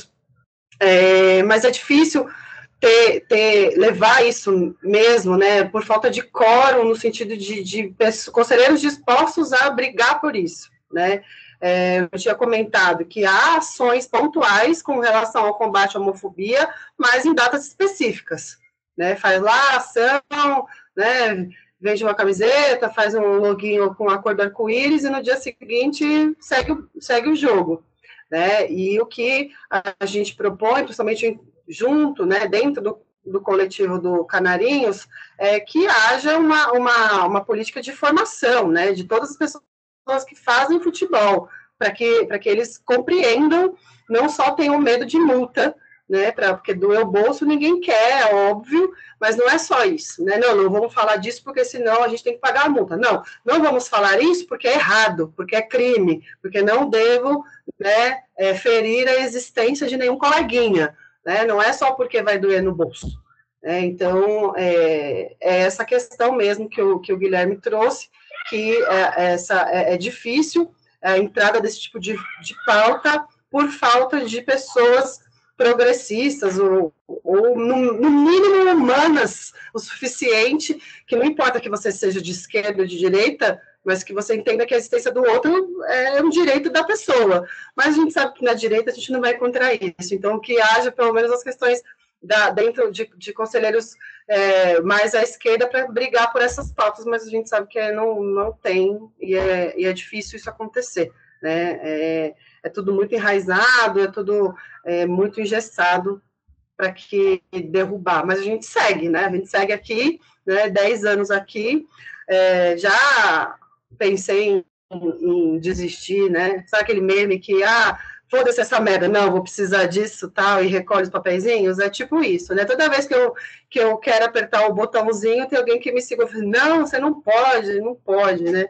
é, mas é difícil... Ter, ter, levar isso mesmo, né, por falta de quórum, no sentido de, de conselheiros dispostos a brigar por isso, né. É, eu tinha comentado que há ações pontuais com relação ao combate à homofobia, mas em datas específicas, né, faz lá a ação, né, vende uma camiseta, faz um loginho com a cor do arco-íris e no dia seguinte segue, segue o jogo, né, e o que a gente propõe, principalmente junto, né, dentro do, do coletivo do Canarinhos, é que haja uma, uma, uma política de formação, né, de todas as pessoas que fazem futebol, para que, para que eles compreendam, não só tenham medo de multa, né, pra, porque doer o bolso ninguém quer, é óbvio, mas não é só isso, né, não, não vamos falar disso porque senão a gente tem que pagar a multa, não, não vamos falar isso porque é errado, porque é crime, porque não devo, né, é, ferir a existência de nenhum coleguinha, né, não é só porque vai doer no bolso. É, então, é, é essa questão mesmo que o, que o Guilherme trouxe, que é, essa, é, é difícil a entrada desse tipo de, de pauta por falta de pessoas progressistas, ou, ou no, no mínimo humanas, o suficiente, que não importa que você seja de esquerda ou de direita, mas que você entenda que a existência do outro é um direito da pessoa. Mas a gente sabe que na direita a gente não vai encontrar isso. Então, que haja, pelo menos, as questões da, dentro de, de conselheiros é, mais à esquerda para brigar por essas pautas, mas a gente sabe que não, não tem, e é, e é difícil isso acontecer. Né? É, é tudo muito enraizado, é tudo é, muito engessado para que derrubar. Mas a gente segue, né? A gente segue aqui, né? Dez anos aqui, é, já... pensei em, em desistir, né? Sabe aquele meme que, ah, foda-se essa merda, não, vou precisar disso, tal, e recolhe os papeizinhos? É tipo isso, né? Toda vez que eu, que eu quero apertar o botãozinho, tem alguém que me siga e fala, não, você não pode, não pode, né?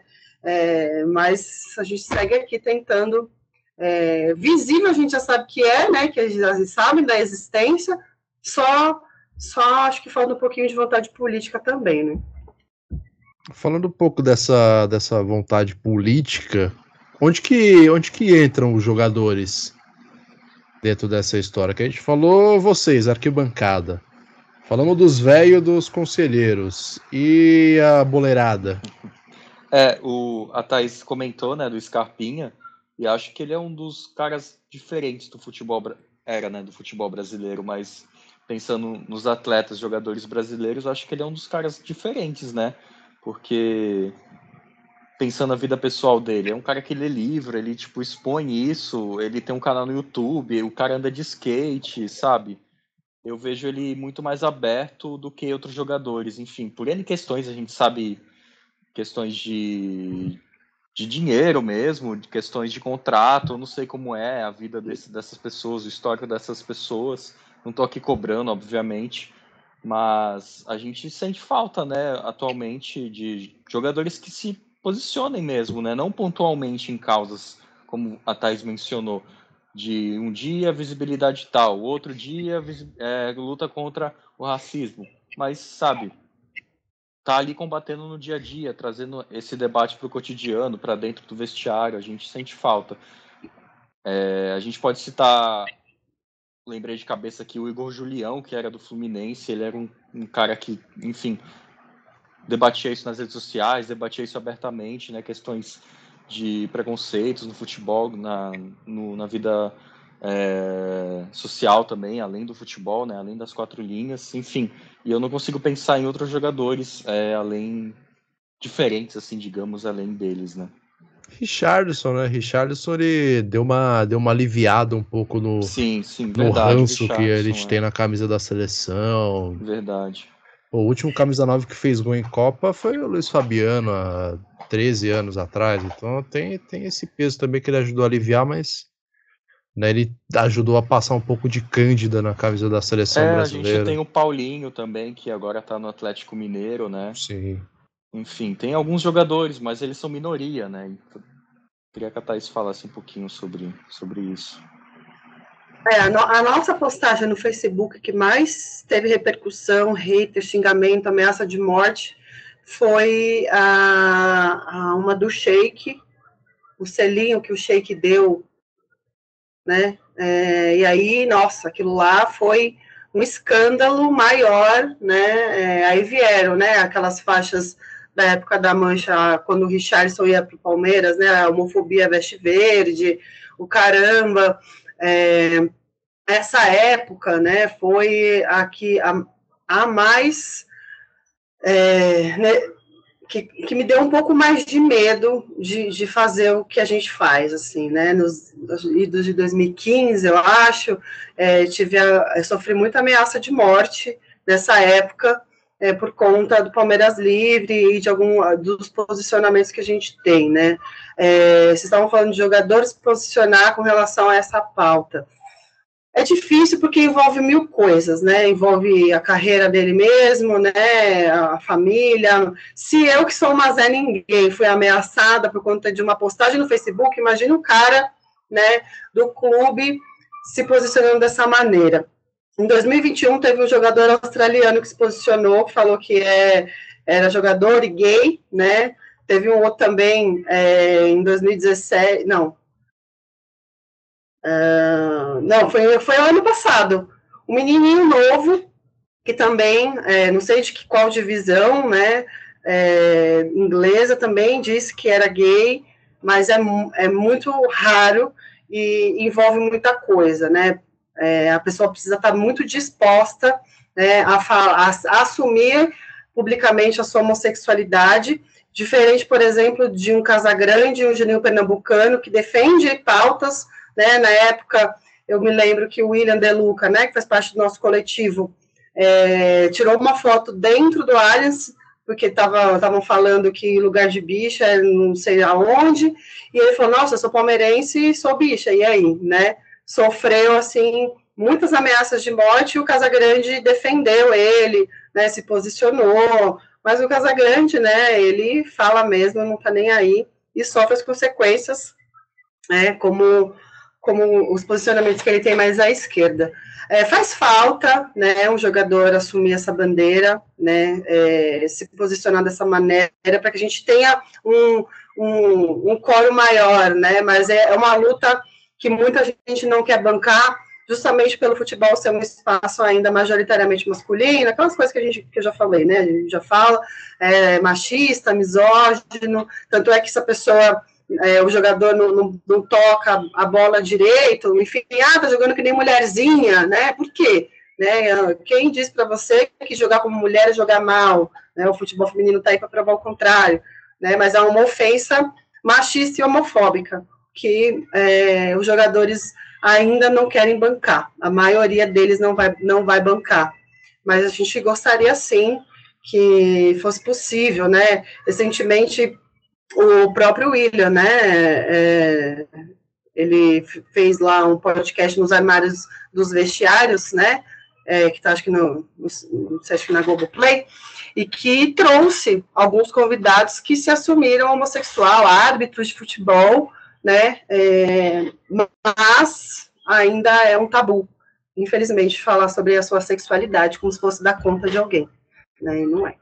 É, mas a gente segue aqui tentando, é, visível a gente já sabe que é, né? Que a gente sabe da existência, só, só acho que falta um pouquinho de vontade política também, né? Falando um pouco dessa, dessa vontade política, onde que, onde que entram os jogadores dentro dessa história? Que a gente falou vocês, arquibancada. Falamos dos velhos, dos conselheiros. E a boleirada? É, o, a Thaís comentou, né, do Scarpinha, e acho que ele é um dos caras diferentes do futebol era, né, do futebol brasileiro, mas pensando nos atletas, jogadores brasileiros, acho que ele é um dos caras diferentes, né? Porque pensando na vida pessoal dele, é um cara que lê livro, ele tipo expõe isso, ele tem um canal no YouTube, o cara anda de skate, sabe? Eu vejo ele muito mais aberto do que outros jogadores, enfim, por N questões, a gente sabe questões de, de dinheiro mesmo, de questões de contrato, eu não sei como é a vida desse, dessas pessoas, o histórico dessas pessoas, não tô aqui cobrando, obviamente, mas a gente sente falta, né, atualmente, de jogadores que se posicionem mesmo, né, não pontualmente em causas, como a Thaís mencionou, de um dia visibilidade tal, outro dia é, luta contra o racismo, mas, sabe, tá ali combatendo no dia a dia, trazendo esse debate para o cotidiano, para dentro do vestiário, a gente sente falta. É, a gente pode citar, lembrei de cabeça aqui, o Igor Julião, que era do Fluminense, ele era um, um cara que, enfim, debatia isso nas redes sociais, debatia isso abertamente, né, questões de preconceitos no futebol, na, no, na vida é, social também, além do futebol, né, além das quatro linhas, enfim, e eu não consigo pensar em outros jogadores é, além, diferentes, assim, digamos, além deles, né. Richarlison, né? Richarlison, ele deu uma, deu uma aliviada um pouco no, sim, sim, no verdade, ranço que a gente é. tem na camisa da seleção. Verdade. O último camisa nove que fez gol em Copa foi o Luiz Fabiano, há treze anos atrás. Então tem, tem esse peso também que ele ajudou a aliviar, mas né, ele ajudou a passar um pouco de cândida na camisa da seleção é, brasileira. A gente tem o Paulinho também, que agora tá no Atlético Mineiro, né? Sim. Enfim, tem alguns jogadores, mas eles são minoria, né? Então, queria que a Thaís falasse um pouquinho sobre, sobre isso. É, a, no, a nossa postagem no Facebook que mais teve repercussão, hater, xingamento, ameaça de morte, foi a, a uma do Sheik, o selinho que o Sheik deu, né? É, e aí, nossa, aquilo lá foi um escândalo maior, né? É, aí vieram, né? Aquelas faixas da época da Mancha, quando o Richarlison ia para o Palmeiras, né? A homofobia veste verde, o caramba. É, essa época, né? Foi a que a, a mais é, né, Que, que me deu um pouco mais de medo de, de fazer o que a gente faz, assim, né, nos idos de dois mil e quinze, eu acho, é, tive a, eu sofri muita ameaça de morte nessa época, é, por conta do Palmeiras Livre e de algum dos posicionamentos que a gente tem, né, é, vocês estavam falando de jogadores se posicionar com relação a essa pauta. É difícil porque envolve mil coisas, né? Envolve a carreira dele mesmo, né? A família. Se eu, que sou uma Zé Ninguém, fui ameaçada por conta de uma postagem no Facebook, imagina o cara, né, do clube se posicionando dessa maneira. Em dois mil e vinte e um, teve um jogador australiano que se posicionou, que falou que é, era jogador e gay, né? Teve um outro também é, em dois mil e dezessete, não. Uh, não, foi, foi ano passado. Um menininho novo, que também, é, não sei de que, qual divisão, né, é, inglesa, também disse que era gay, mas é, é muito raro e envolve muita coisa, né? É, a pessoa precisa estar muito disposta, né, a, a, a assumir publicamente a sua homossexualidade, diferente, por exemplo, de um Casagrande, um Juninho Pernambucano, que defende pautas, né, na época, eu me lembro que o William De Luca, né, que faz parte do nosso coletivo, é, tirou uma foto dentro do Allianz, porque estavam falando que lugar de bicha é não sei aonde, e ele falou, nossa, eu sou palmeirense e sou bicha, e aí, né, sofreu, assim, muitas ameaças de morte, e o Casagrande defendeu ele, né, se posicionou, mas o Casagrande, né, ele fala mesmo, não tá nem aí, e sofre as consequências, né, como como os posicionamentos que ele tem mais à esquerda. É, faz falta, né, um jogador assumir essa bandeira, né, é, se posicionar dessa maneira, para que a gente tenha um, um, um coro maior, né, mas é, é uma luta que muita gente não quer bancar, justamente pelo futebol ser um espaço ainda majoritariamente masculino, aquelas coisas que, a gente, que eu já falei, né, a gente já fala, é, machista, misógino, tanto é que essa pessoa é, o jogador não, não, não toca a bola direito, enfim, ah, tá jogando que nem mulherzinha, né? Por quê? Né? Quem diz para você que jogar como mulher é jogar mal? Né? O futebol feminino está aí para provar o contrário, né? Mas é uma ofensa machista e homofóbica que é, os jogadores ainda não querem bancar. A maioria deles não vai, não vai bancar. Mas a gente gostaria, sim, que fosse possível, né? Recentemente, o próprio William, né? É, ele fez lá um podcast nos armários dos vestiários, né? É, que está, acho que no, no, acho que na Globoplay, e que trouxe alguns convidados que se assumiram homossexual, árbitros de futebol, né? É, mas ainda é um tabu, infelizmente, falar sobre a sua sexualidade como se fosse dar conta de alguém, né? E não é.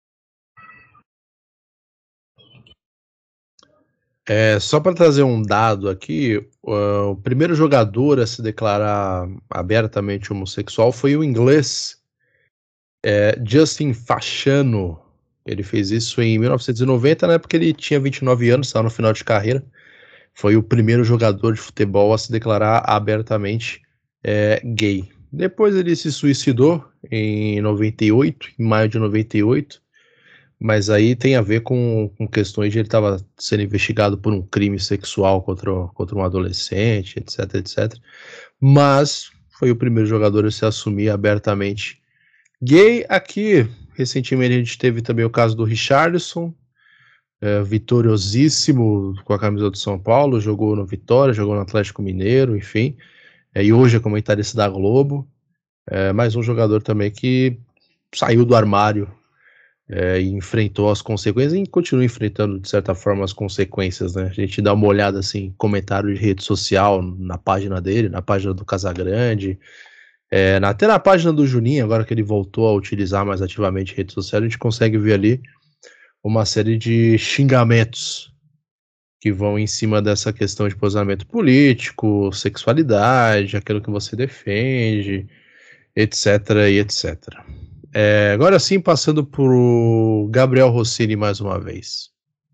É, só para trazer um dado aqui, uh, o primeiro jogador a se declarar abertamente homossexual foi o inglês é, Justin Fashanu. Ele fez isso em mil novecentos e noventa, na época ele tinha vinte e nove anos, estava no final de carreira. Foi o primeiro jogador de futebol a se declarar abertamente é, gay. Depois ele se suicidou em noventa e oito, em maio de noventa e oito. Mas aí tem a ver com, com questões de ele estava sendo investigado por um crime sexual contra, contra um adolescente, etc, etcétera. Mas foi o primeiro jogador a se assumir abertamente gay. Aqui, recentemente, a gente teve também o caso do Richarlison, é, vitoriosíssimo com a camisa do São Paulo, jogou no Vitória, jogou no Atlético Mineiro, enfim. É, e hoje é comentarista da Globo. É, mais um jogador também que saiu do armário É, e enfrentou as consequências e continua enfrentando, de certa forma, as consequências, né? A gente dá uma olhada, assim, comentário de rede social na página dele, na página do Casagrande, é, até na página do Juninho, agora que ele voltou a utilizar mais ativamente rede social, a gente consegue ver ali uma série de xingamentos que vão em cima dessa questão de posicionamento político, sexualidade, aquilo que você defende, etc, e etcétera. É, agora sim, passando por Gabriel Rossini mais uma vez.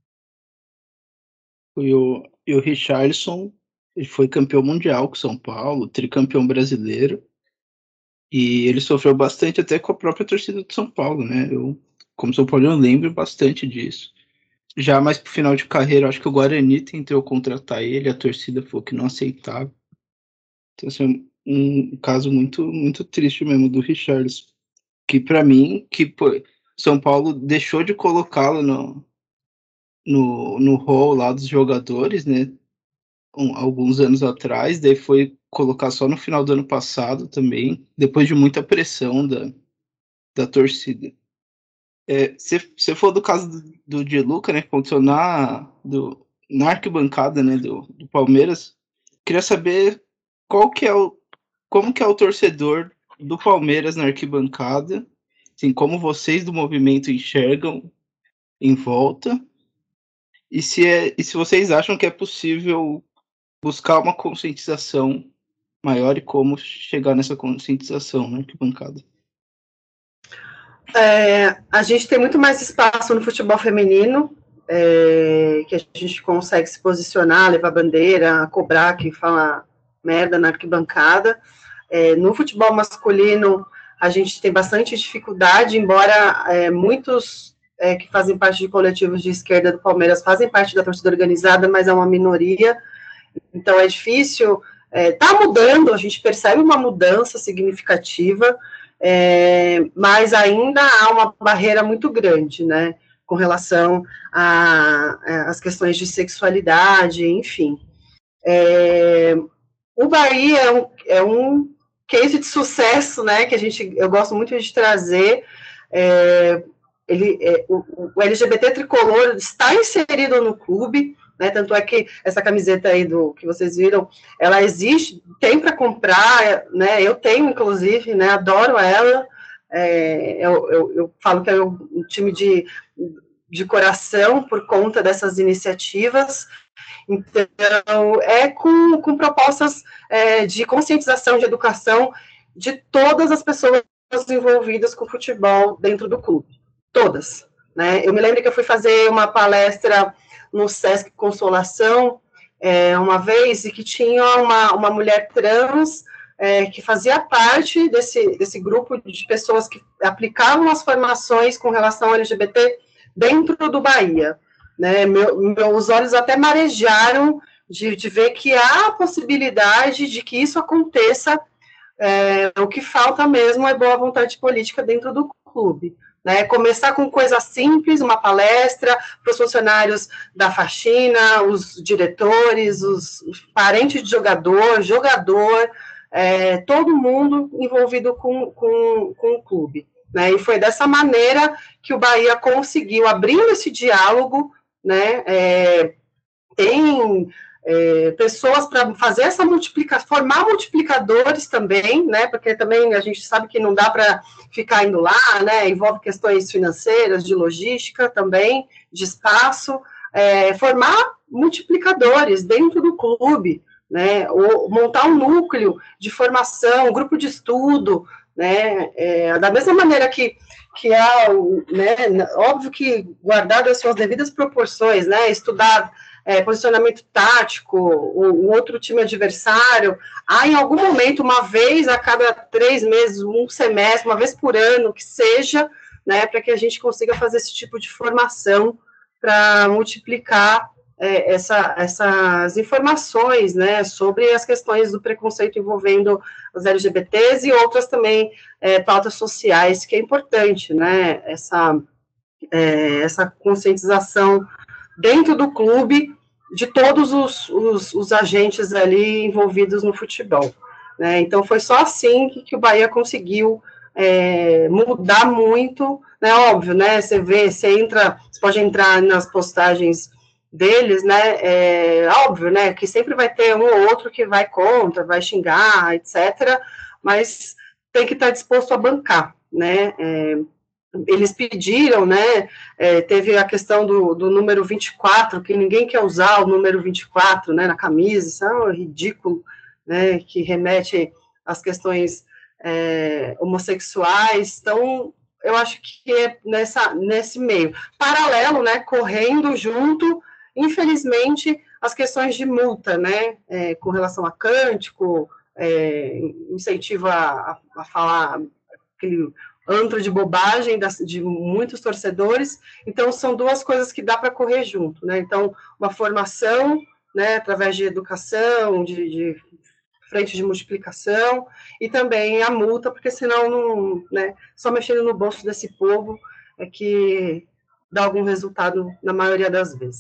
E o, e o Richarlison, ele foi campeão mundial com São Paulo, tricampeão brasileiro, e ele sofreu bastante até com a própria torcida de São Paulo, né? Eu, como São Paulo, eu lembro bastante disso. Já mais pro final de carreira, acho que o Guarani tentou contratar ele, a torcida falou que não aceitava. Então, assim, um, um caso muito, muito triste mesmo do Richarlison. Que para mim, que pô, São Paulo deixou de colocá-lo no, no, no hall lá dos jogadores, né, um, alguns anos atrás, daí foi colocar só no final do ano passado também, depois de muita pressão da, da torcida. Se você for do caso do, do Di Luca, né, que aconteceu na, do, na arquibancada, né, do, do Palmeiras, queria saber qual que é o, como que é o torcedor do Palmeiras na arquibancada, assim, como vocês do movimento enxergam em volta, e se, é, e se vocês acham que é possível buscar uma conscientização maior e como chegar nessa conscientização na arquibancada. É, a gente tem muito mais espaço no futebol feminino, é, que a gente consegue se posicionar, levar bandeira, cobrar quem fala merda na arquibancada. É, no futebol masculino, a gente tem bastante dificuldade, embora é, muitos é, que fazem parte de coletivos de esquerda do Palmeiras fazem parte da torcida organizada, mas é uma minoria, então é difícil. Está é, mudando, a gente percebe uma mudança significativa, é, mas ainda há uma barreira muito grande, né, com relação às questões de sexualidade, enfim. É, o Bahia é um, é um case de sucesso, né, que a gente, eu gosto muito de trazer. É, ele, é, o, o L G B T tricolor está inserido no clube, né, tanto é que essa camiseta aí do que vocês viram, ela existe, tem para comprar, né, eu tenho, inclusive, né, adoro ela, é, eu, eu, eu falo que é um time de, de coração por conta dessas iniciativas. Então, é com, com propostas é, de conscientização, de educação de todas as pessoas envolvidas com futebol dentro do clube. Todas. né? Eu me lembro que eu fui fazer uma palestra no Sesc Consolação, é, uma vez, e que tinha uma, uma mulher trans é, que fazia parte desse, desse grupo de pessoas que aplicavam as formações com relação ao L G B T dentro do Bahia, né? Meu, meus olhos até marejaram de, de ver que há a possibilidade de que isso aconteça. É, o que falta mesmo é boa vontade política dentro do clube, né? Começar com coisa simples, uma palestra para os funcionários da faxina, os diretores, os, os parentes de jogador, jogador, é, todo mundo envolvido com, com, com o clube, né? E foi dessa maneira que o Bahia conseguiu, abrindo esse diálogo, né? É, tem É, pessoas para fazer essa multiplicação, formar multiplicadores também, né, porque também a gente sabe que não dá para ficar indo lá, né, envolve questões financeiras, de logística também, de espaço, é, formar multiplicadores dentro do clube, né, ou montar um núcleo de formação, um grupo de estudo, né, é, da mesma maneira que, que há, né, óbvio que guardado as suas devidas proporções, né, estudar É, posicionamento tático, o, o outro time adversário, há em algum momento, uma vez a cada três meses, um semestre, uma vez por ano, que seja, né, para que a gente consiga fazer esse tipo de formação para multiplicar é, essa, essas informações, né, sobre as questões do preconceito envolvendo os L G B Ts e outras também é, pautas sociais, que é importante, né, essa, é, essa conscientização dentro do clube, de todos os, os, os agentes ali envolvidos no futebol, né? Então, foi só assim que, que o Bahia conseguiu é, mudar muito, né? Óbvio, né? Você vê, você entra, você pode entrar nas postagens deles, né? É óbvio, né? Que sempre vai ter um ou outro que vai contra, vai xingar, etcétera, mas tem que estar disposto a bancar, né? É, eles pediram, né, é, teve a questão do, do número vinte e quatro, que ninguém quer usar o número vinte e quatro, né, na camisa, isso é um ridículo, né, que remete às questões é, homossexuais, então, eu acho que é nessa, nesse meio. Paralelo, né, correndo junto, infelizmente, as questões de multa, né, é, com relação a cântico, é, incentivo a, a falar aquele antro de bobagem das, de muitos torcedores, então são duas coisas que dá para correr junto, né, então uma formação, né, através de educação, de, de frente de multiplicação, e também a multa, porque senão, não, né, só mexendo no bolso desse povo é que dá algum resultado na maioria das vezes.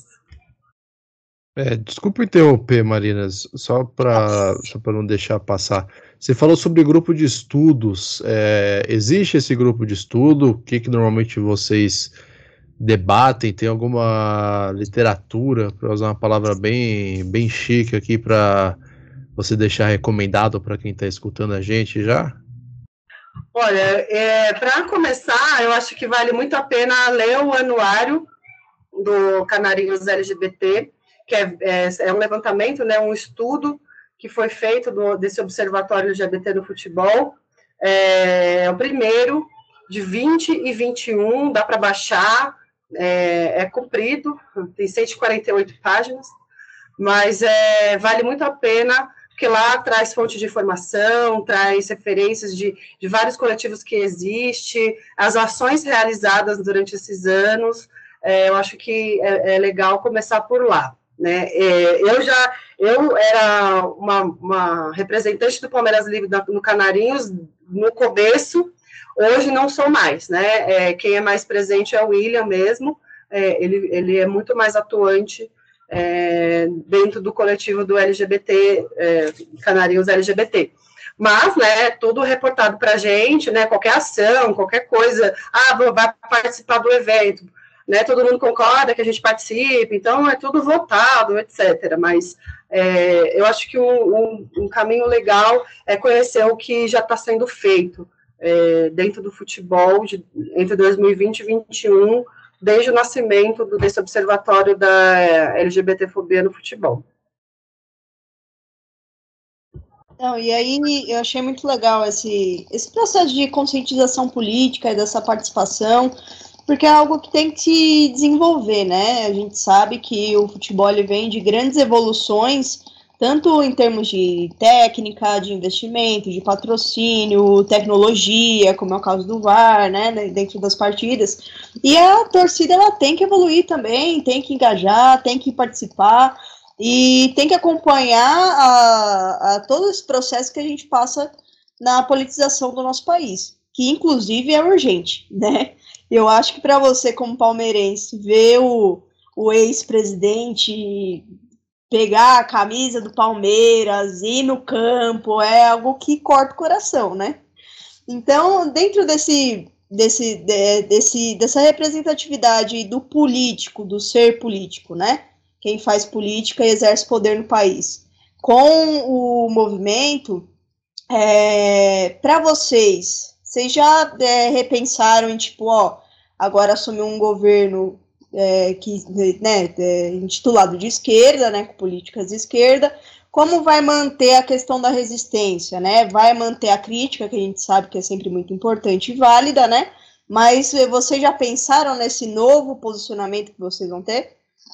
É, desculpa interromper, Marinas, só para só para não deixar passar. Você falou sobre grupo de estudos. É, existe esse grupo de estudo? O que, que normalmente vocês debatem? Tem alguma literatura, para usar uma palavra bem, bem chique aqui, para você deixar recomendado para quem está escutando a gente já? Olha, é, para começar, eu acho que vale muito a pena ler o anuário do Canarinhos L G B T, que é, é, é um levantamento, né, um estudo que foi feito do, desse observatório L G B T no futebol. É, é o primeiro, de vinte e vinte e um, dá para baixar, é, é comprido, tem cento e quarenta e oito páginas, mas é, vale muito a pena, porque lá traz fonte de informação, traz referências de, de vários coletivos que existem, as ações realizadas durante esses anos. É, eu acho que é, é legal começar por lá, né? É, eu já, eu era uma, uma representante do Palmeiras Livre no Canarinhos no começo, hoje não sou mais, né? É, quem é mais presente é o William mesmo, é, ele, ele é muito mais atuante é, dentro do coletivo do L G B T, é, Canarinhos L G B T. Mas, né, tudo reportado para a gente, né, qualquer ação, qualquer coisa, ah, vai participar do evento, né, todo mundo concorda que a gente participe, então é tudo votado, etcétera. Mas é, eu acho que um, um, um caminho legal é conhecer o que já está sendo feito é, dentro do futebol de, entre dois mil e vinte e dois mil e vinte e um, desde o nascimento do, desse observatório da L G B T fobia no futebol. Então, e aí eu achei muito legal esse, esse processo de conscientização política e dessa participação. porque é algo que tem que se desenvolver, né? A gente sabe que o futebol ele vem de grandes evoluções, tanto em termos de técnica, de investimento, de patrocínio, tecnologia, como é o caso do V A R, né, dentro das partidas. E a torcida ela tem que evoluir também, tem que engajar, tem que participar e tem que acompanhar a, a todo esse processo que a gente passa na politização do nosso país, que inclusive é urgente, né? Eu acho que para você, como palmeirense, ver o, o ex-presidente pegar a camisa do Palmeiras, ir no campo, é algo que corta o coração, né? Então, dentro desse, desse, de, desse, dessa representatividade do político, do ser político, né? Quem faz política e exerce poder no país, com o movimento, é, para vocês, vocês já é, repensaram em, tipo, ó, agora assumir um governo É, que, né, é, intitulado de esquerda, né, com políticas de esquerda, como vai manter a questão da resistência, né, vai manter a crítica, que a gente sabe que é sempre muito importante e válida, né, mas vocês já pensaram nesse novo posicionamento que vocês vão ter?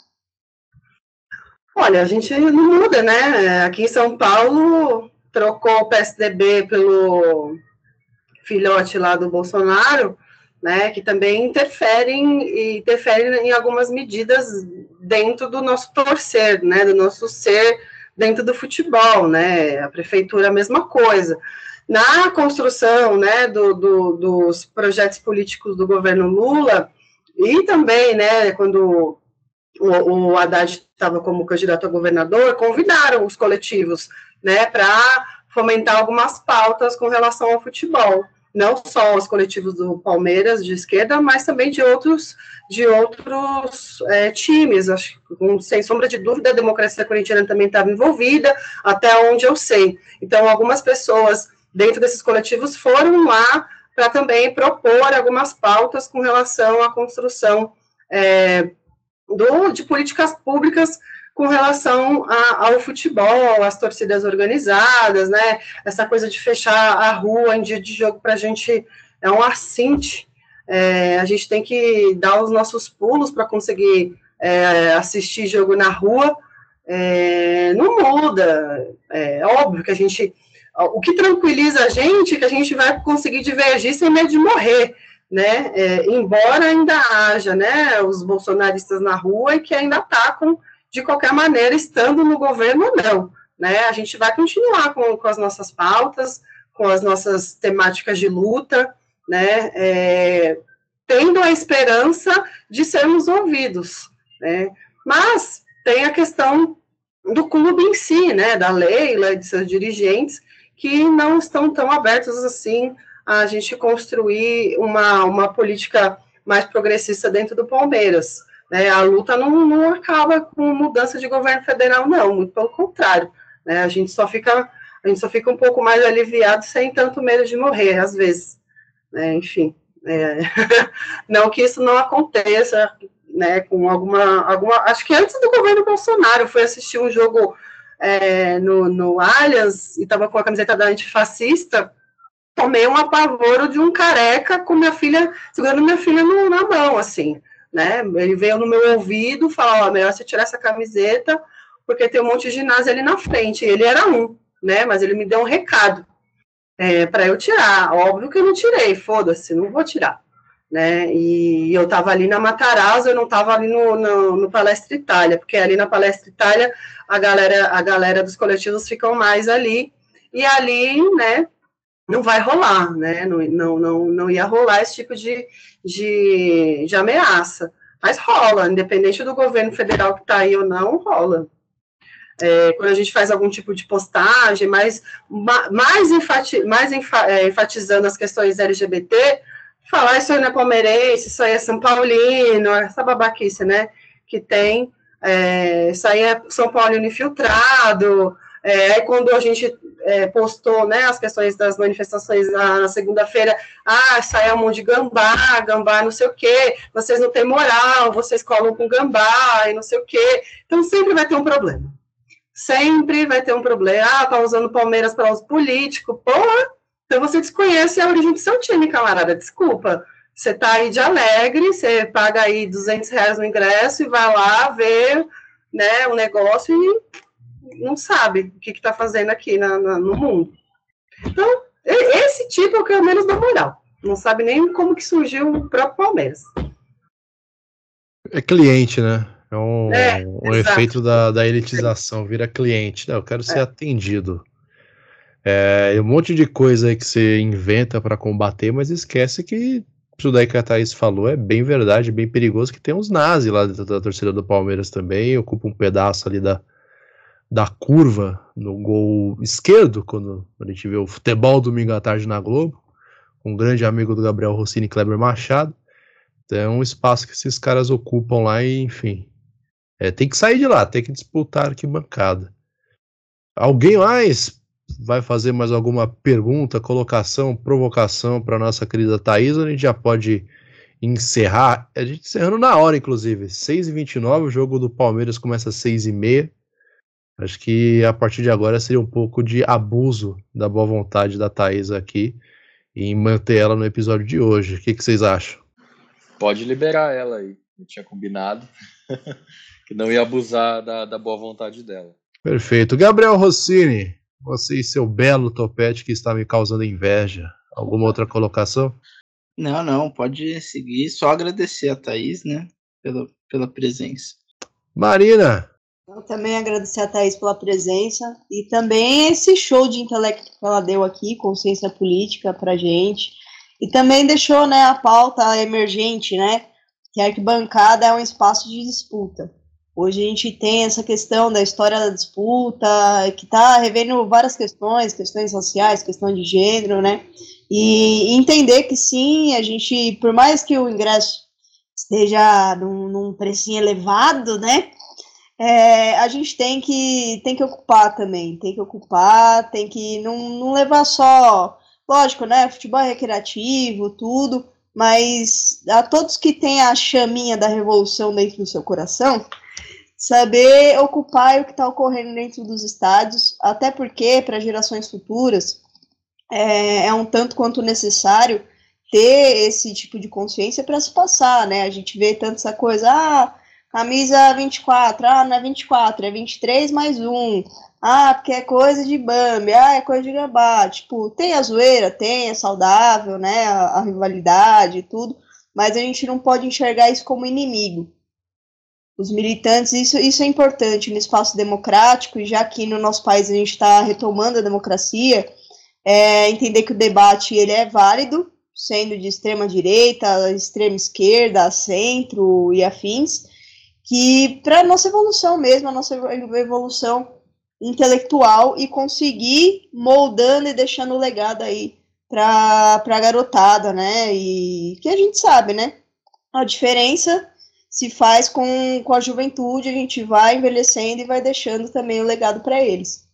Olha, a gente não muda, né, aqui em São Paulo trocou o P S D B pelo filhote lá do Bolsonaro, né, que também interferem, interferem em algumas medidas dentro do nosso torcer, né, do nosso ser dentro do futebol, né, a prefeitura a mesma coisa. Na construção, né, do, do, dos projetos políticos do governo Lula, e também, né, quando o, o Haddad estava como candidato a governador, convidaram os coletivos, né, para fomentar algumas pautas com relação ao futebol. Não só os coletivos do Palmeiras de esquerda, mas também de outros, de outros é, times. Acho que, sem sombra de dúvida, a democracia corintiana também estava envolvida, até onde eu sei. Então, algumas pessoas dentro desses coletivos foram lá para também propor algumas pautas com relação à construção é, do, de políticas públicas com relação a, ao futebol, às torcidas organizadas, né, essa coisa de fechar a rua em dia de jogo para a gente é um assinte, é, a gente tem que dar os nossos pulos para conseguir é, assistir jogo na rua, é, não muda, é óbvio que a gente, o que tranquiliza a gente é que a gente vai conseguir divergir sem medo de morrer, né, é, embora ainda haja, né, os bolsonaristas na rua e que ainda atacam de qualquer maneira, estando no governo ou não, né, a gente vai continuar com, com as nossas pautas, com as nossas temáticas de luta, né, é, tendo a esperança de sermos ouvidos, né, mas tem a questão do clube em si, né, da Leila e de seus dirigentes, que não estão tão abertos assim a gente construir uma, uma política mais progressista dentro do Palmeiras. É, a luta não, não acaba com mudança de governo federal, não, muito pelo contrário, né, a gente só fica, a gente só fica um pouco mais aliviado sem tanto medo de morrer, às vezes, né, enfim, é, não que isso não aconteça, né, com alguma, alguma, acho que antes do governo Bolsonaro, eu fui assistir um jogo é, no, no Allianz, e estava com a camiseta da antifascista, tomei um apavoro de um careca com minha filha, segurando minha filha no, na mão, assim, né, ele veio no meu ouvido, falou, ó, melhor você tirar essa camiseta, porque tem um monte de ginásio ali na frente, ele era um, né, mas ele me deu um recado, é, para eu tirar, óbvio que eu não tirei, foda-se, não vou tirar, né, e eu tava ali na Matarazzo, eu não tava ali no, no, no Palestra Itália, porque ali na Palestra Itália, a galera, a galera dos coletivos ficam mais ali, e ali, né, não vai rolar, né, não, não, não, não ia rolar esse tipo de, de, de ameaça, mas rola, independente do governo federal que está aí ou não, rola. É, quando a gente faz algum tipo de postagem, mais, mais, enfati, mais enfa, é, enfatizando as questões L G B T, falar isso aí não é palmeirense, isso aí é São Paulino, essa babaquice, né, que tem, é, isso aí é São Paulino infiltrado. É, aí quando a gente é, postou, né, as questões das manifestações na, na segunda-feira, ah, sai um monte de gambá, gambá não sei o quê, vocês não têm moral, vocês colam com gambá e não sei o quê, então sempre vai ter um problema, sempre vai ter um problema, ah, tá usando Palmeiras para uso político, porra, então você desconhece a origem do seu time, camarada, desculpa, você está aí de alegre, você paga aí duzentos reais no ingresso e vai lá ver, né, o negócio e não sabe o que está fazendo aqui na, na, no mundo. Então, esse tipo é o que eu menos dou moral. Não sabe nem como que surgiu o próprio Palmeiras. É cliente, né? É um, É, um efeito da, da elitização, vira cliente. Não, eu quero ser É. atendido. É um monte de coisa aí que você inventa para combater, mas esquece que isso daí que a Thaís falou é bem verdade, bem perigoso, que tem uns nazis lá dentro da torcida do Palmeiras também, ocupa um pedaço ali da, da curva no gol esquerdo, quando a gente vê o futebol domingo à tarde na Globo, um grande amigo do Gabriel Rossini, Kleber Machado. Então é um espaço que esses caras ocupam lá e, enfim, é, tem que sair de lá, tem que disputar a arquibancada. Alguém mais vai fazer mais alguma pergunta, colocação, provocação para nossa querida Thaís, ou a gente já pode encerrar? A gente encerrando na hora, inclusive, seis e vinte e nove, o jogo do Palmeiras começa às seis e meia. Acho que a partir de agora seria um pouco de abuso da boa vontade da Thaís aqui em manter ela no episódio de hoje. O que, que vocês acham? Pode liberar ela aí. Eu tinha combinado que não ia abusar da, da boa vontade dela. Perfeito. Gabriel Rossini, você e seu belo topete que está me causando inveja. Alguma outra colocação? Não, não, pode seguir. Só agradecer a Thaís, né, pela, pela presença. Marina. Eu também agradecer a Thaís pela presença e também esse show de intelecto que ela deu aqui, consciência política pra gente. E também deixou, né, a pauta emergente, né, que a arquibancada é um espaço de disputa. Hoje a gente tem essa questão da história da disputa, que está revendo várias questões, questões sociais, questão de gênero, né, e entender que sim, a gente, por mais que o ingresso esteja num, num precinho elevado, né, é, a gente tem que, tem que ocupar também, tem que ocupar, tem que não, não levar só, lógico, né, futebol é recreativo, tudo, mas a todos que têm a chaminha da revolução dentro do seu coração, saber ocupar o que está ocorrendo dentro dos estádios, até porque, para gerações futuras, é, é um tanto quanto necessário ter esse tipo de consciência para se passar, né? A gente vê tanto essa coisa, ah, camisa vinte e quatro, ah, não é vinte e quatro, é vinte e três mais um, ah, porque é coisa de Bambi, ah, é coisa de Gambá, tipo, tem a zoeira, tem, é saudável, né, a, a rivalidade e tudo, mas a gente não pode enxergar isso como inimigo. Os militantes, isso, isso é importante no espaço democrático, e já que no nosso país a gente está retomando a democracia, é, entender que o debate ele é válido, sendo de extrema direita, extrema esquerda, centro e afins, que para a nossa evolução mesmo, a nossa evolução intelectual e conseguir moldando e deixando o legado aí para a garotada, né, e que a gente sabe, né, a diferença se faz com, com a juventude, a gente vai envelhecendo e vai deixando também o legado para eles.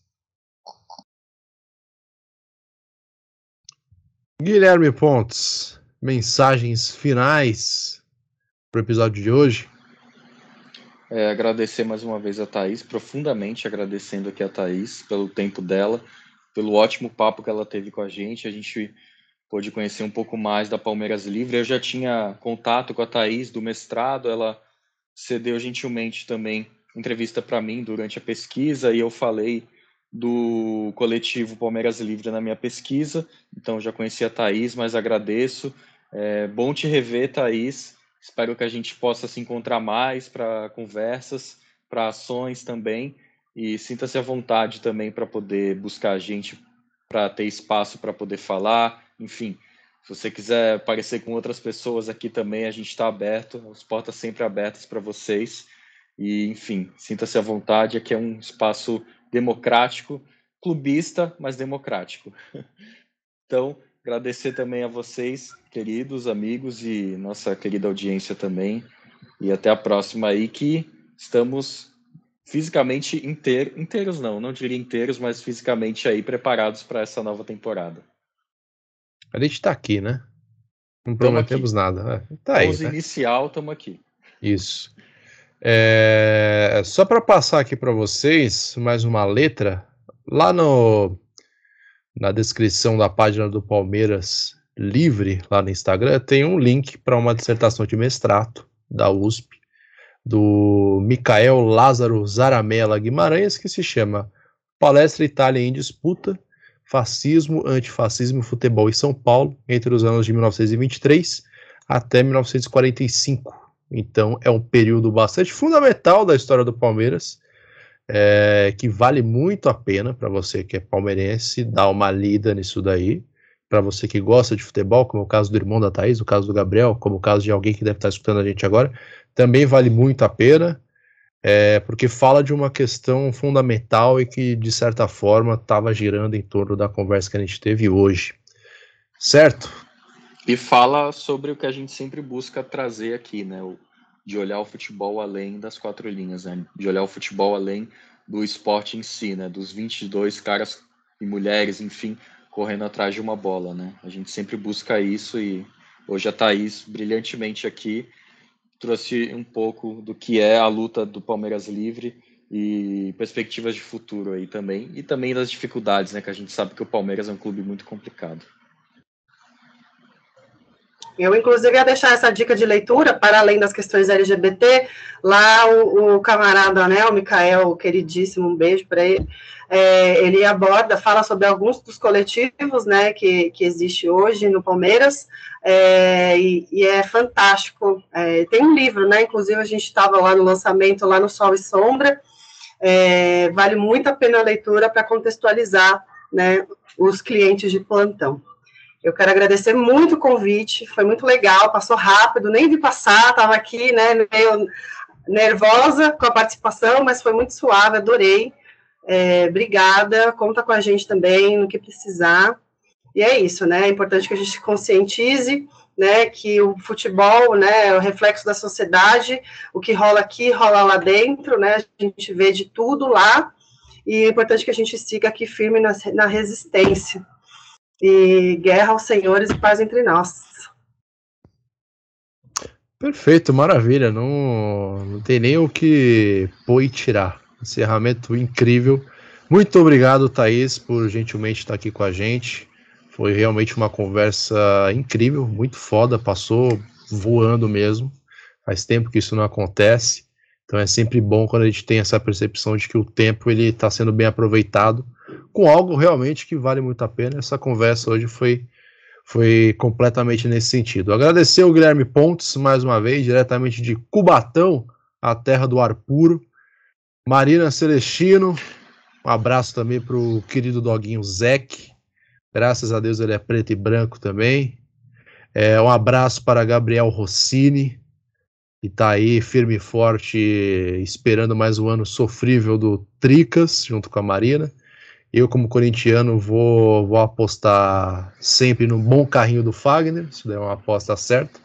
Guilherme Pontes, mensagens finais para o episódio de hoje? É, agradecer mais uma vez a Thaís, profundamente agradecendo aqui a Thaís pelo tempo dela, pelo ótimo papo que ela teve com a gente. A gente pôde conhecer um pouco mais da Palmeiras Livre. Eu já tinha contato com a Thaís do mestrado, ela cedeu gentilmente também entrevista para mim durante a pesquisa, e eu falei do coletivo Palmeiras Livre na minha pesquisa, então já conheci a Thaís, mas agradeço. É bom te rever, Thaís. Espero que a gente possa se encontrar mais para conversas, para ações também, e sinta-se à vontade também para poder buscar a gente, para ter espaço para poder falar, enfim. Se você quiser aparecer com outras pessoas aqui também, a gente está aberto, as portas sempre abertas para vocês, e enfim, sinta-se à vontade, aqui é um espaço democrático, clubista, mas democrático. Então, agradecer também a vocês, queridos amigos, e nossa querida audiência também. E até a próxima aí, que estamos fisicamente inteiros, inteiros não, não diria inteiros, mas fisicamente aí preparados para essa nova temporada. A gente tá aqui, né? Não Tamo prometemos aqui. nada. É, tá aí, onze né? inicial, estamos aqui. Isso. É, só para passar aqui para vocês mais uma letra, lá no, na descrição da página do Palmeiras Livre, lá no Instagram, tem um link para uma dissertação de mestrado da U S P, do Micael Lázaro Zaramella Guimarães, que se chama Palestra Itália em Disputa, Fascismo, Antifascismo e Futebol em São Paulo, entre os anos de mil novecentos e vinte e três até mil novecentos e quarenta e cinco. Então é um período bastante fundamental da história do Palmeiras, é, que vale muito a pena para você que é palmeirense dar uma lida nisso daí, para você que gosta de futebol, como o caso do irmão da Thaís, o caso do Gabriel, como o caso de alguém que deve estar escutando a gente agora, também vale muito a pena, é, porque fala de uma questão fundamental e que, de certa forma, estava girando em torno da conversa que a gente teve hoje. Certo? E fala sobre o que a gente sempre busca trazer aqui, né? O, de olhar o futebol além das quatro linhas, né? De olhar o futebol além do esporte em si, né? Dos vinte e dois caras e mulheres, enfim, correndo atrás de uma bola, né? A gente sempre busca isso e hoje a Thaís, brilhantemente aqui, trouxe um pouco do que é a luta do Palmeiras Livre e perspectivas de futuro aí também, e também das dificuldades, né? Que a gente sabe que o Palmeiras é um clube muito complicado. Eu, inclusive, ia deixar essa dica de leitura, para além das questões L G B T, lá o, o camarada, né, o Micael, queridíssimo, um beijo para ele, é, ele aborda, fala sobre alguns dos coletivos, né, que, que existe hoje no Palmeiras, é, e, e é fantástico. É, tem um livro, né, inclusive a gente estava lá no lançamento, lá no Sol e Sombra, é, vale muito a pena a leitura para contextualizar, né, os clientes de plantão. Eu quero agradecer muito o convite, foi muito legal, passou rápido, nem vi passar, estava aqui, né, meio nervosa com a participação, mas foi muito suave, adorei. É, obrigada, conta com a gente também no que precisar. E é isso, né, é importante que a gente conscientize, né, que o futebol, né, é o reflexo da sociedade, o que rola aqui, rola lá dentro, né, a gente vê de tudo lá, e é importante que a gente siga aqui firme na, na resistência. E guerra aos senhores e paz entre nós. Perfeito, maravilha. Não, não tem nem o que pôr e tirar. Encerramento incrível. Muito obrigado, Thaís, por gentilmente estar aqui com a gente. Foi realmente uma conversa incrível, muito foda. Passou voando mesmo. Faz tempo que isso não acontece. Então é sempre bom quando a gente tem essa percepção de que o tempo ele está sendo bem aproveitado com algo realmente que vale muito a pena. Essa conversa hoje foi, foi completamente nesse sentido. Agradecer o Guilherme Pontes, mais uma vez, diretamente de Cubatão, a terra do ar puro. Marina Celestino, um abraço também para o querido doguinho Zeke. Graças a Deus ele é preto e branco também. É, um abraço para Gabriel Rossini, que está aí firme e forte, esperando mais um ano sofrível do Tricas, junto com a Marina. Eu, como corintiano, vou, vou apostar sempre no bom carrinho do Fagner, isso daí é uma aposta certa.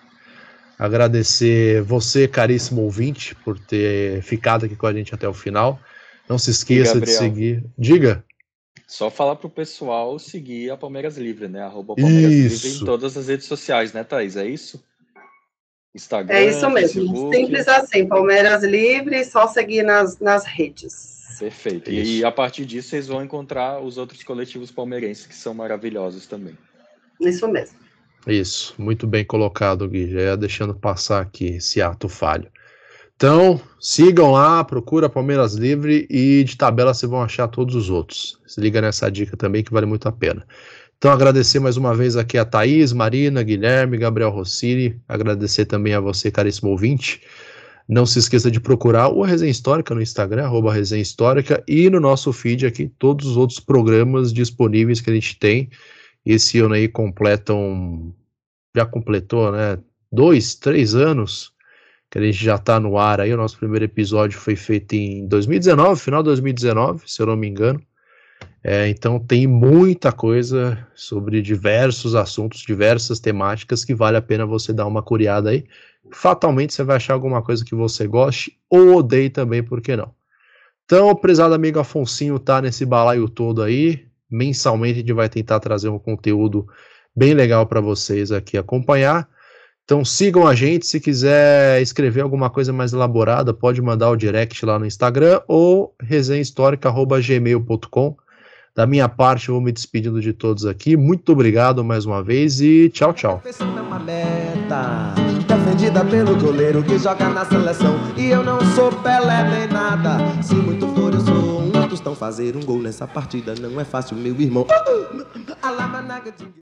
Agradecer você, caríssimo ouvinte, por ter ficado aqui com a gente até o final. Não se esqueça de seguir. Diga. Só falar pro pessoal seguir a Palmeiras Livre, né? Arroba Palmeiras Livre em todas as redes sociais, né, Thaís? É isso? Instagram, é isso mesmo, Facebook. Simples assim, Palmeiras Livre, só seguir nas, nas redes. Perfeito. Isso. E a partir disso vocês vão encontrar os outros coletivos palmeirenses que são maravilhosos também. Isso mesmo. Isso, muito bem colocado, Gui. Já ia deixando passar aqui esse ato falho. Então, sigam lá, procura Palmeiras Livre e de tabela vocês vão achar todos os outros. Se liga nessa dica também que vale muito a pena. Então, agradecer mais uma vez aqui a Thaís, Marina, Guilherme, Gabriel Rossini. Agradecer também a você, caríssimo ouvinte. Não se esqueça de procurar o Resenha Histórica no Instagram, arroba Resenha Histórica, e no nosso feed aqui, todos os outros programas disponíveis que a gente tem. Esse ano aí completam, já completou, né, dois, três anos que a gente já está no ar aí. O nosso primeiro episódio foi feito em dois mil e dezenove, final de dois mil e dezenove, se eu não me engano. É, então tem muita coisa sobre diversos assuntos, diversas temáticas que vale a pena você dar uma curiada aí. Fatalmente você vai achar alguma coisa que você goste ou odeie também, por que não? Então, o prezado amigo Afonsinho tá nesse balaio todo aí. Mensalmente a gente vai tentar trazer um conteúdo bem legal para vocês aqui acompanhar. Então sigam a gente, se quiser escrever alguma coisa mais elaborada, pode mandar o direct lá no Instagram ou resenha histórica arroba gmail ponto com. Da minha parte, eu vou me despedindo de todos aqui. Muito obrigado mais uma vez e tchau, tchau. Perfeição é uma meta defendida pelo goleiro que joga na seleção. E eu não sou Pelé nem nada. Se muito for, eu sou um tostão. Fazer um gol nessa partida não é fácil, meu irmão.